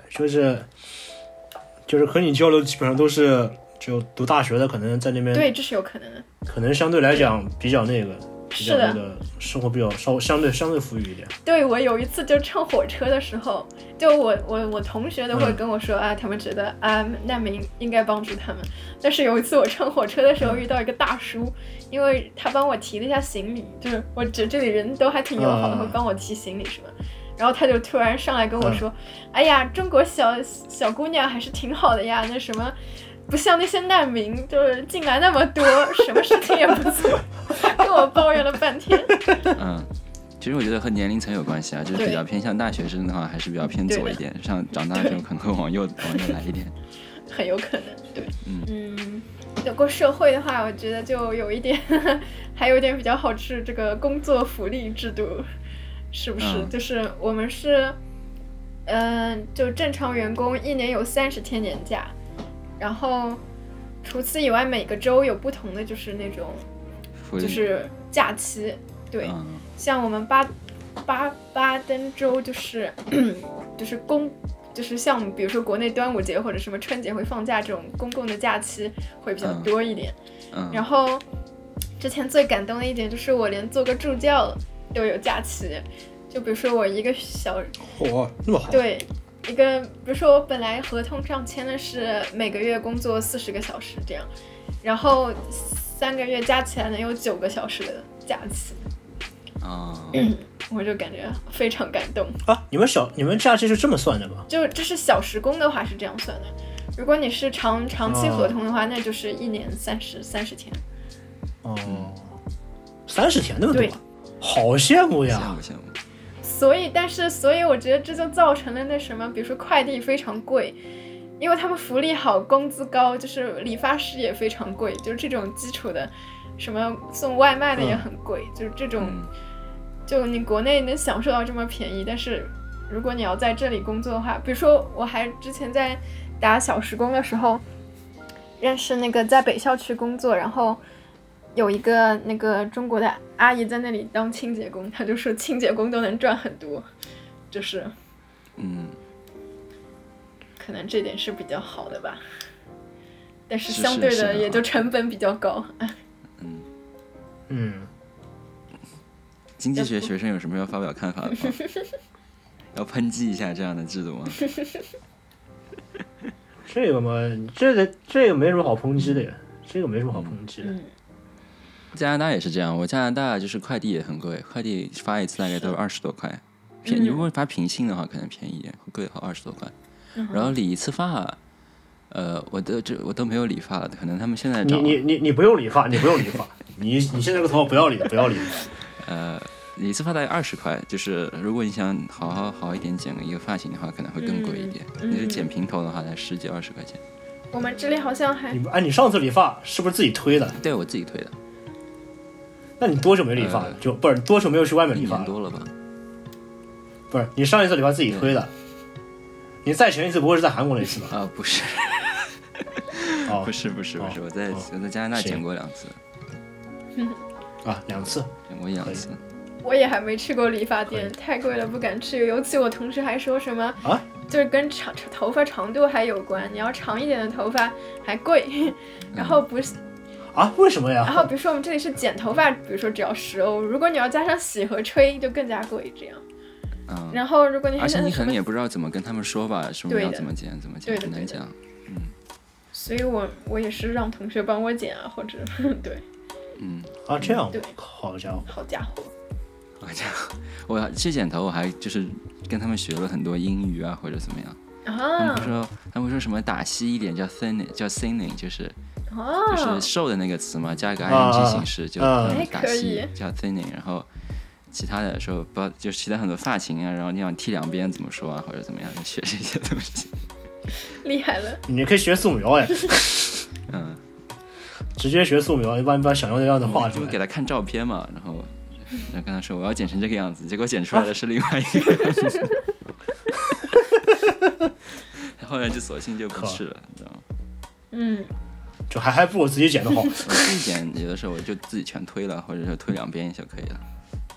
就是和你交流基本上都是就读大学的，可能在那边， 对，这是有可能的， 可能相对来讲比较那个，比较那个生活比较相对富裕一点。 对，我有一次就乘火车的时候，就我同学都会跟我说他们觉得难民应该帮助他们，但是有一次我乘火车的时候遇到一个大叔，因为他帮我提了一下行李，就是我这里人都还挺友好的，会帮我提行李什么。然后他就突然上来跟我说，哎呀，中国小姑娘还是挺好的呀，那什么不像那些难民就是进来那么多，什么事情也不做，跟我抱怨了半天。 其实我觉得和年龄层有关系啊，就是比较偏向大学生的话还是比较偏左一点，像长大之后可能会往右来一点， 很有可能。对，德国社会的话我觉得就有一点还有一点比较好是这个工作福利制度，是不是就是我们是就正常员工1年有30天年假，然后除此以外每个州有不同的就是那种就是假期。对，像我们巴登州就是就是像比如说国内端午节或者什么春节会放假这种公共的假期会比较多一点。然后之前最感动的一点就是我连做个助教都有假期， 就比如说我一个小， 那么好。 对，比如说我本来合同上签的是每个月工作40个小时这样，然后3个月加起来能有9个小时的假期。我就感觉非常感动啊！你们假期是这么算的吗？ 就这是小时工的话是这样算的，如果你是长期合同的话，那就是1年30天。 30天那么多，好羡慕呀！ 羡慕。 所以我觉得这就造成了那什么，比如说快递非常贵，因为他们福利好，工资高，就是理发师也非常贵，就是这种基础的，什么送外卖的也很贵，就是这种。就你国内能享受到这么便宜，但是如果你要在这里工作的话，比如说我还之前在打小时工的时候认识那个在北校区工作，然后有一个那个中国的阿姨在那里当清洁工，她就说清洁工都能赚很多，就是可能这点是比较好的吧，但是相对的也就成本比较高。 经济学学生有什么要发表看法的吗？要抨击一下这样的制度吗？ 这个嘛，这个没什么好抨击的呀，这个没什么好抨击的。 加拿大也是这样，我加拿大就是快递也很贵，快递发一次大概都是20多块，你如果发平信的话可能便宜一点，贵好20多块。然后理一次发，我都没有理发了，可能他们现在找你不用理发，你现在这个头发不要理。 理一次发大概20块，就是如果你想好一点剪一个发型的话，可能会更贵一点。你是剪平头的话，才10几20块钱。 我们这里好像还你上次理发是不是自己推的？ 对，我自己推的。 那你多久没理发了？不是多久没有去外面理发了？ 1年多了吧？ 不是，你上一次理发自己推的。你再前一次不会是在韩国那次吧？ 不是。不是，我在加拿大剪过2次。 2次， 剪过1-2次。 我也还没去过理发店，太贵了不敢去。尤其我同事还说什么就是跟头发长度还有关，你要长一点的头发还贵。然后不是为什么呀？ 然后比如说我们这里是剪头发，比如说只要10欧，如果你要加上洗和吹就更加贵这样。然后如果你而且你可能也不知道怎么跟他们说吧，什么要怎么剪很难讲。 所以我也是让同学帮我剪或者对。 这样对， 好家伙， 我去剪头，我还就是跟他们学了很多英语或者怎么样。他们说什么打稀一点叫 thinning， 就是瘦的那个词嘛，加一个 ing 形式就打稀叫 thinning。然后其他的说不就其他很多发型然后你想剃2边怎么说或者怎么样，就学这些东西。 厉害了， 你可以学素描直接学素描，把想要的样子画出来。 就给他看照片嘛，然后跟他说我要剪成这个样子，结果剪出来的是另外一个样子。他后来就索性就不去了，你知道吗？ 就还不如自己剪的好。 我自己剪有的时候我就自己全推了，或者说推2边就可以了。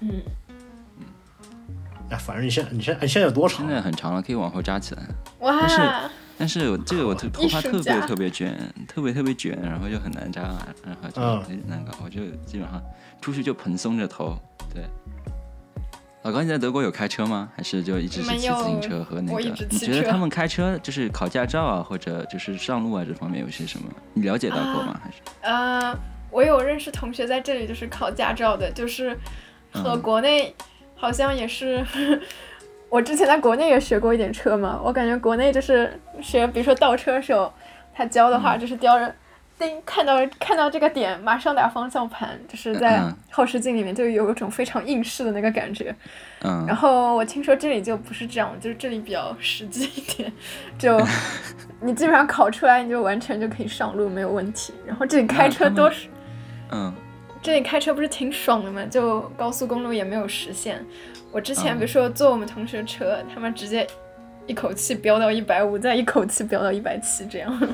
反正你现在有多长？ 现在很长了，可以往后扎起来。 哇！ 但是我头发特别卷，特别卷，然后就很难扎，然后就很难搞。我就基本上出去就蓬松着头。对，老高，你在德国有开车吗？还是就一直是骑自行车和那个？你觉得他们开车就是考驾照或者就是上路这方面有些什么？你了解到过吗？还是？ 我有认识同学在这里就是考驾照的，就是和国内好像也是。我之前在国内也学过一点车嘛，我感觉国内就是学，比如说倒车的时候，他教的话就是叼着看到这个点马上打方向盘，就是在后视镜里面就有一种非常应试的那个感觉。然后我听说这里就不是这样，就是这里比较实际一点，就你基本上考出来你就完全就可以上路没有问题。然后这里开车都是这里开车不是挺爽的吗？就高速公路也没有实线。我之前比如说坐我们同学车，他们直接一口气飙到150，再一口气飙到170这样。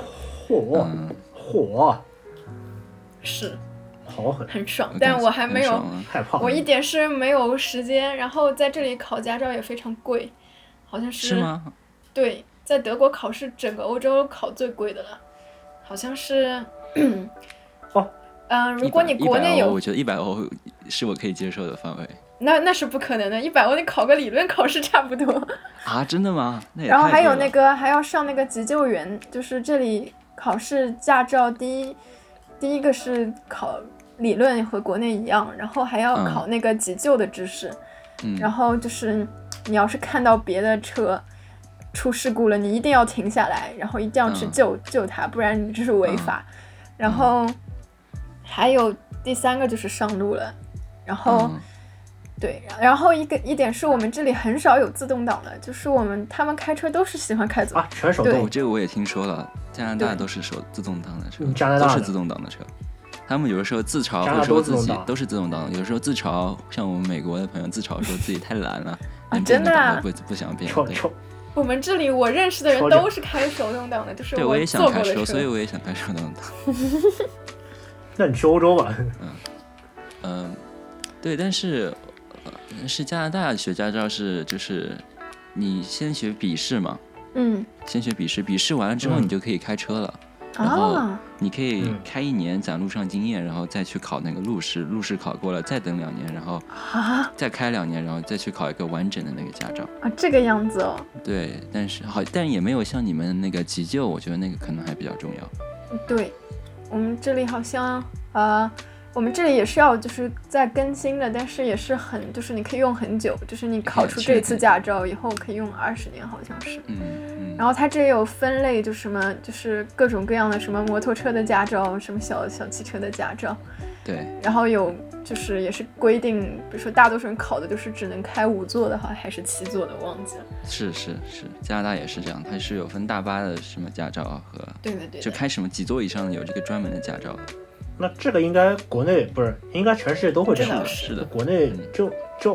是好狠， 很爽。但我还没有， 太胖了， 我一点是没有时间。然后在这里考驾照也非常贵，好像是吗？ 对，在德国考试整个欧洲考最贵的了，好像是。 哦。 如果你国内有， 我觉得100欧是我可以接受的范围。 那是不可能的，100欧你考个理论考试差不多啊？真的吗？那也然后还有太贵了那个还要上那个急救员，就是这里考试驾照第一个是考理论和国内一样，然后还要考那个急救的知识，然后就是你要是看到别的车出事故了，你一定要停下来，然后一定要去救他，不然你这是违法。然后还有第3个就是上路了，然后。对，然后一点是我们这里很少有自动挡的，就是他们开车都是喜欢开走全手动。 这个我也听说了，加拿大都是自动挡的车， 加拿大都是自动挡的车。他们有的时候自嘲会说自己都是自动挡的，有的时候自嘲，像我们美国的朋友自嘲说自己太懒了， 真的啊， 不想变。 我们这里我认识的人都是开手动挡的，就是我也想开车， 所以我也想开手动挡。 那你去欧洲吧。 对，但是加拿大学驾照就是你先学笔试嘛，先学笔试，笔试完了之后你就可以开车了，然后你可以开1年攒路上经验，然后再去考那个路试，路试考过了再等2年，然后再开2年，然后再去考一个完整的那个驾照啊，这个样子哦。 对，但也没有像你们那个急救，我觉得那个可能还比较重要。 对，我们这里好像我们这里也是要就是在更新的，但是也是就是你可以用很久，就是你考出这次驾照以后可以用20年，好像是。然后它这里有分类，就是各种各样的什么摩托车的驾照，什么小汽车的驾照。 对。 然后有就是也是规定，比如说大多数人考的就是只能开5座的还是7座的，忘记了。 是，加拿大也是这样，它是有分大巴的什么驾照和对， 就开什么几座以上的有这个专门的驾照。 那这个应该国内不是，应该全世界都会这样。 是的， 国内就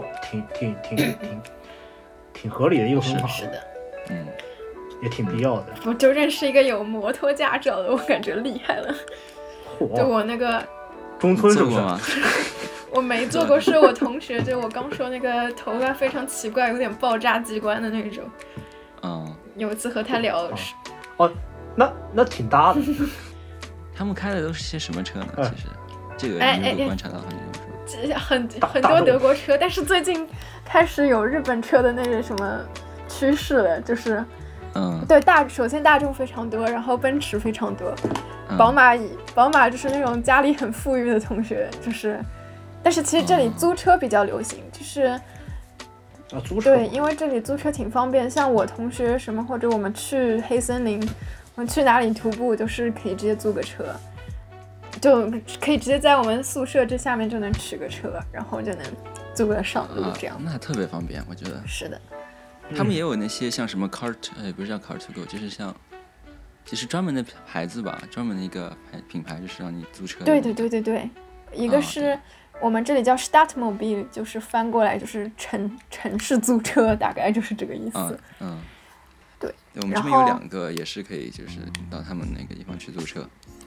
挺合理的一个方法。 是的， 也挺必要的。 我就认识一个有摩托驾照的，我感觉厉害了。就我那个中村是不是？ 我没做过，是我同学，就我刚说那个头发非常奇怪，有点爆炸机关的那种。有一次和他聊。 那挺搭的。 他们开的都是些什么车呢？其实这个你如果观察到的话，你跟我说，很多德国车，但是最近开始有日本车的那个什么趋势了，就是对首先大众非常多，然后奔驰非常多，宝马就是那种家里很富裕的同学，就是但是其实这里租车比较流行，就是租车。 对，因为这里租车挺方便，像我同学什么或者我们去黑森林。我们去哪里徒步就是可以直接租个车，就可以直接在我们宿舍这下面就能取个车，然后就能租个上路这样。 那特别方便，我觉得。 是的。 他们也有那些像什么 Car，不是叫 Car to Go， 就是专门的牌子吧，专门的一个品牌，就是让你租车。 对，一个是我们这里叫 Stadtmobil， 就是翻过来就是城市租车，大概就是这个意思。对， 我们这边有2个也是可以，就是到他们那个地方去租车。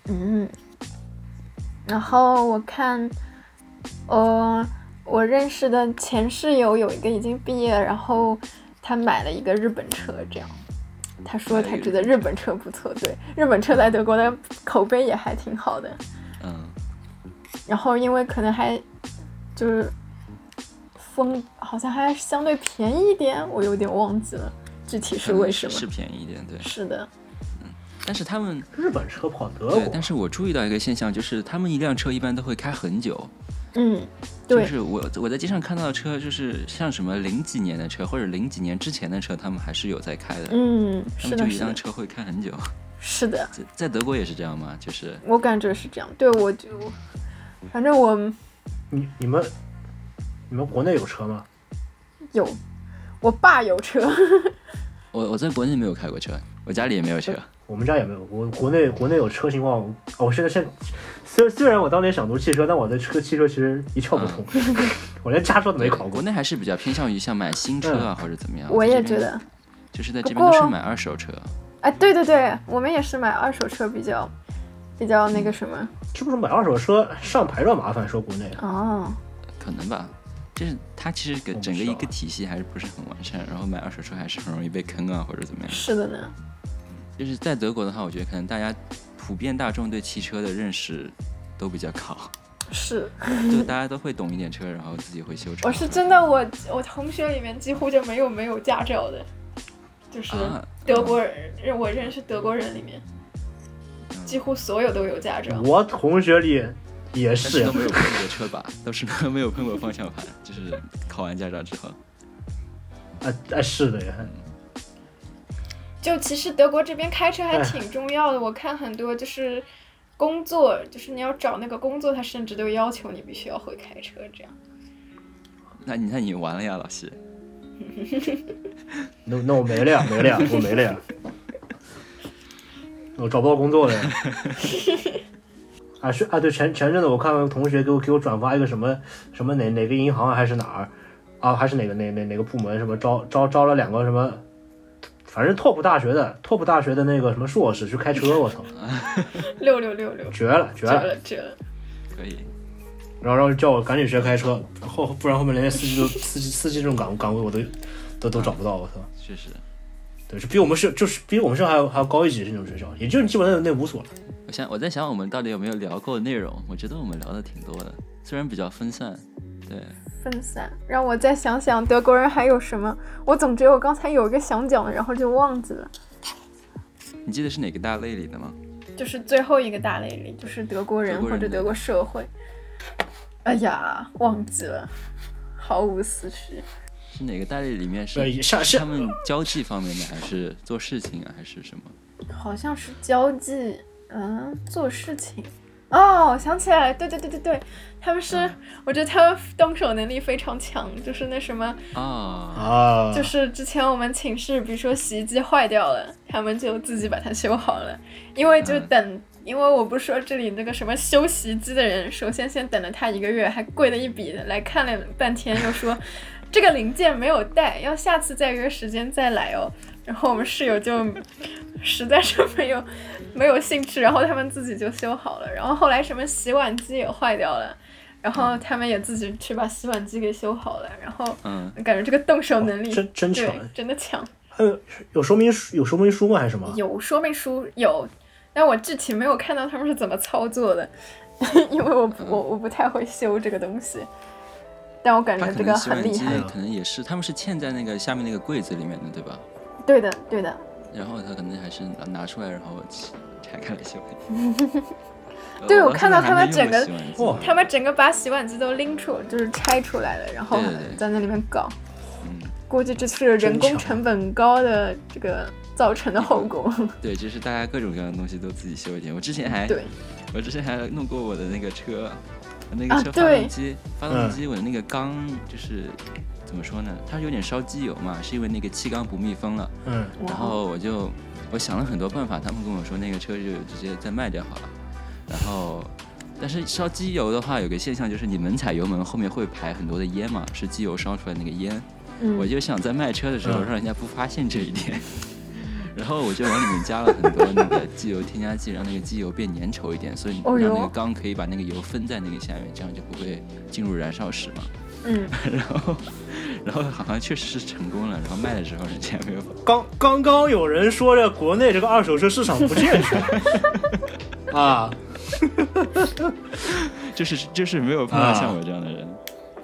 然后我看，我认识的前室友有一个已经毕业了，然后他买了一个日本车，这样。他说他觉得日本车不错，对，日本车在德国的口碑也还挺好的。然后因为可能还就是好像还相对便宜一点，我有点忘记了。具体是为什么？ 是便宜一点，对。 是的。 但是他们日本车跑德国。 对，但是我注意到一个现象，就是他们一辆车一般都会开很久。 对。 就是我在街上看到的车，就是像什么00几年的车或者00几年之前的车，他们还是有在开的。 是的。 他们就一辆车会开很久。 是的。 在德国也是这样吗？就是我感觉是这样。对，反正你们国内有车吗？ 有，我爸有车。 我在国内没有开过车，我家里也没有车。 我们家也没有。我国内有车情况，我现在虽然我当年想读汽车，但我对汽车其实一窍不通。我连驾照都没考过。 国内还是比较偏向于像买新车或者怎么样。 我也觉得， 就是在这边都是买2手车。 对，我们也是买2手车比较那个什么。 是不是买2手车上牌照麻烦？说国内可能吧。就是它其实整个一个体系还是不是很完善，然后买2手车还是很容易被坑或者怎么样。 是的呢。 就是在德国的话，我觉得可能普遍大众对汽车的认识都比较高。 是， 就大家都会懂一点车，然后自己会修车。 我是真的，我同学里面几乎就没有驾照的，就是德国人，我认识德国人里面，几乎所有都有驾照。 我同学里也是， 都没有碰过车把，都是没有碰过方向盘，就是考完驾照之后。 是的呀。 就其实德国这边开车还挺重要的，我看很多就是工作，就是你要找那个工作，他甚至都要求你必须要会开车这样。 那你完了呀，老西。 那我没了呀，我没了呀，我找不到工作了呀。对，前阵子我看到同学给我转发一个什么哪个银行还是哪儿啊，还是哪个部门什么招了2个什么。反正拓普大学的那个什么硕士去开车，我操，666，绝了， 可以。 然后叫我赶紧学开车，不然后面连司机这种岗位我都找不到，我操。 确实， 对，是比我们是还要高一级这种学校，也就是基本上那5所了。 我在想我们到底有没有聊过内容？我觉得我们聊的挺多的，虽然比较分散，对。 分散，让我再想想德国人还有什么。我总觉得我刚才有一个想讲的，然后就忘记了。 你记得是哪个大类里的吗？ 就是最后一个大类里，就是德国人或者德国社会。哎呀，忘记了，毫无思绪。 是哪个大类里面是他们交际方面的，还是做事情啊，还是什么？ 好像是交际，做事情。哦，我想起来了，对，他们是，我觉得他们动手能力非常强，就是那什么就是之前我们寝室，比如说洗衣机坏掉了，他们就自己把它修好了，因为我不是说这里那个什么修洗衣机的人，首先先等了他1个月，还贵了一笔的，来看了半天，又说这个零件没有带，要下次再约时间再来哦。然后我们室友就实在是没有兴趣，然后他们自己就修好了。然后后来什么洗碗机也坏掉了，然后他们也自己去把洗碗机给修好了。然后感觉这个动手能力真强， 真的强。 有说明书吗？还是什么？ 有说明书有，但我具体没有看到他们是怎么操作的，因为我不太会修这个东西。但我感觉这个很厉害。 可能也是，他们是嵌在那个下面那个柜子里面的，对吧？ 对的。 然后他可能还是拿出来，然后拆开来修。 对，我看到他们整个把洗碗机都拎出，就是拆出来了，然后在那里面搞。估计这是人工成本高的这个造成的后果。 对，就是大家各种各样的东西都自己修一点。我之前还弄过我的那个车，那个车发动机，我的那个缸就是怎么说呢？它有点烧机油嘛，是因为那个气缸不密封了。然后我想了很多办法，他们跟我说那个车就直接再卖掉好了。然后，但是烧机油的话，有个现象就是你猛踩油门，后面会排很多的烟嘛，是机油烧出来那个烟。我就想在卖车的时候让人家不发现这一点。然后我就往里面加了很多那个机油添加剂，让那个机油变粘稠一点，所以你让那个缸可以把那个油分在那个下面，这样就不会进入燃烧室嘛。然后好像确实是成功了，然后卖的时候人家没有。 刚刚有人说这国内这个二手车市场不健全啊， 就是没有碰到像我这样的人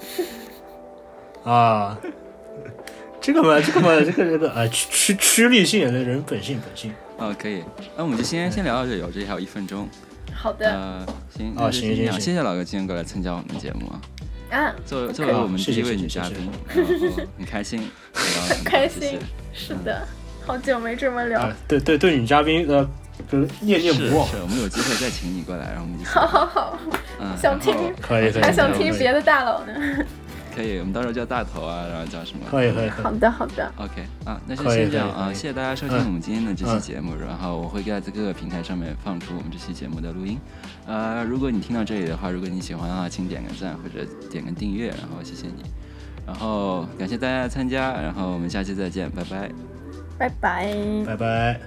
啊。这个趋利性的人本性可以。那我们就先聊到这里，这里还有1分钟。 好的。 行，谢谢老哥今天过来参加我们的节目啊。作为我们第一位女嘉宾，很开心， 很开心，是的，好久没这么聊。 对，女嘉宾就是念念不忘。 是，我们有机会再请你过来，然后我们就好，想听，还想听别的大佬呢。 可以，我们到时候叫大头啊，然后叫什么？ 可以。 好的。 OK 那就先这样啊，谢谢大家收听我们今天的这期节目，然后我会在各个平台上面放出我们这期节目的录音。如果你听到这里的话，如果你喜欢的话，请点个赞或者点个订阅，然后谢谢你，然后感谢大家的参加，然后我们下期再见，拜拜。 拜拜。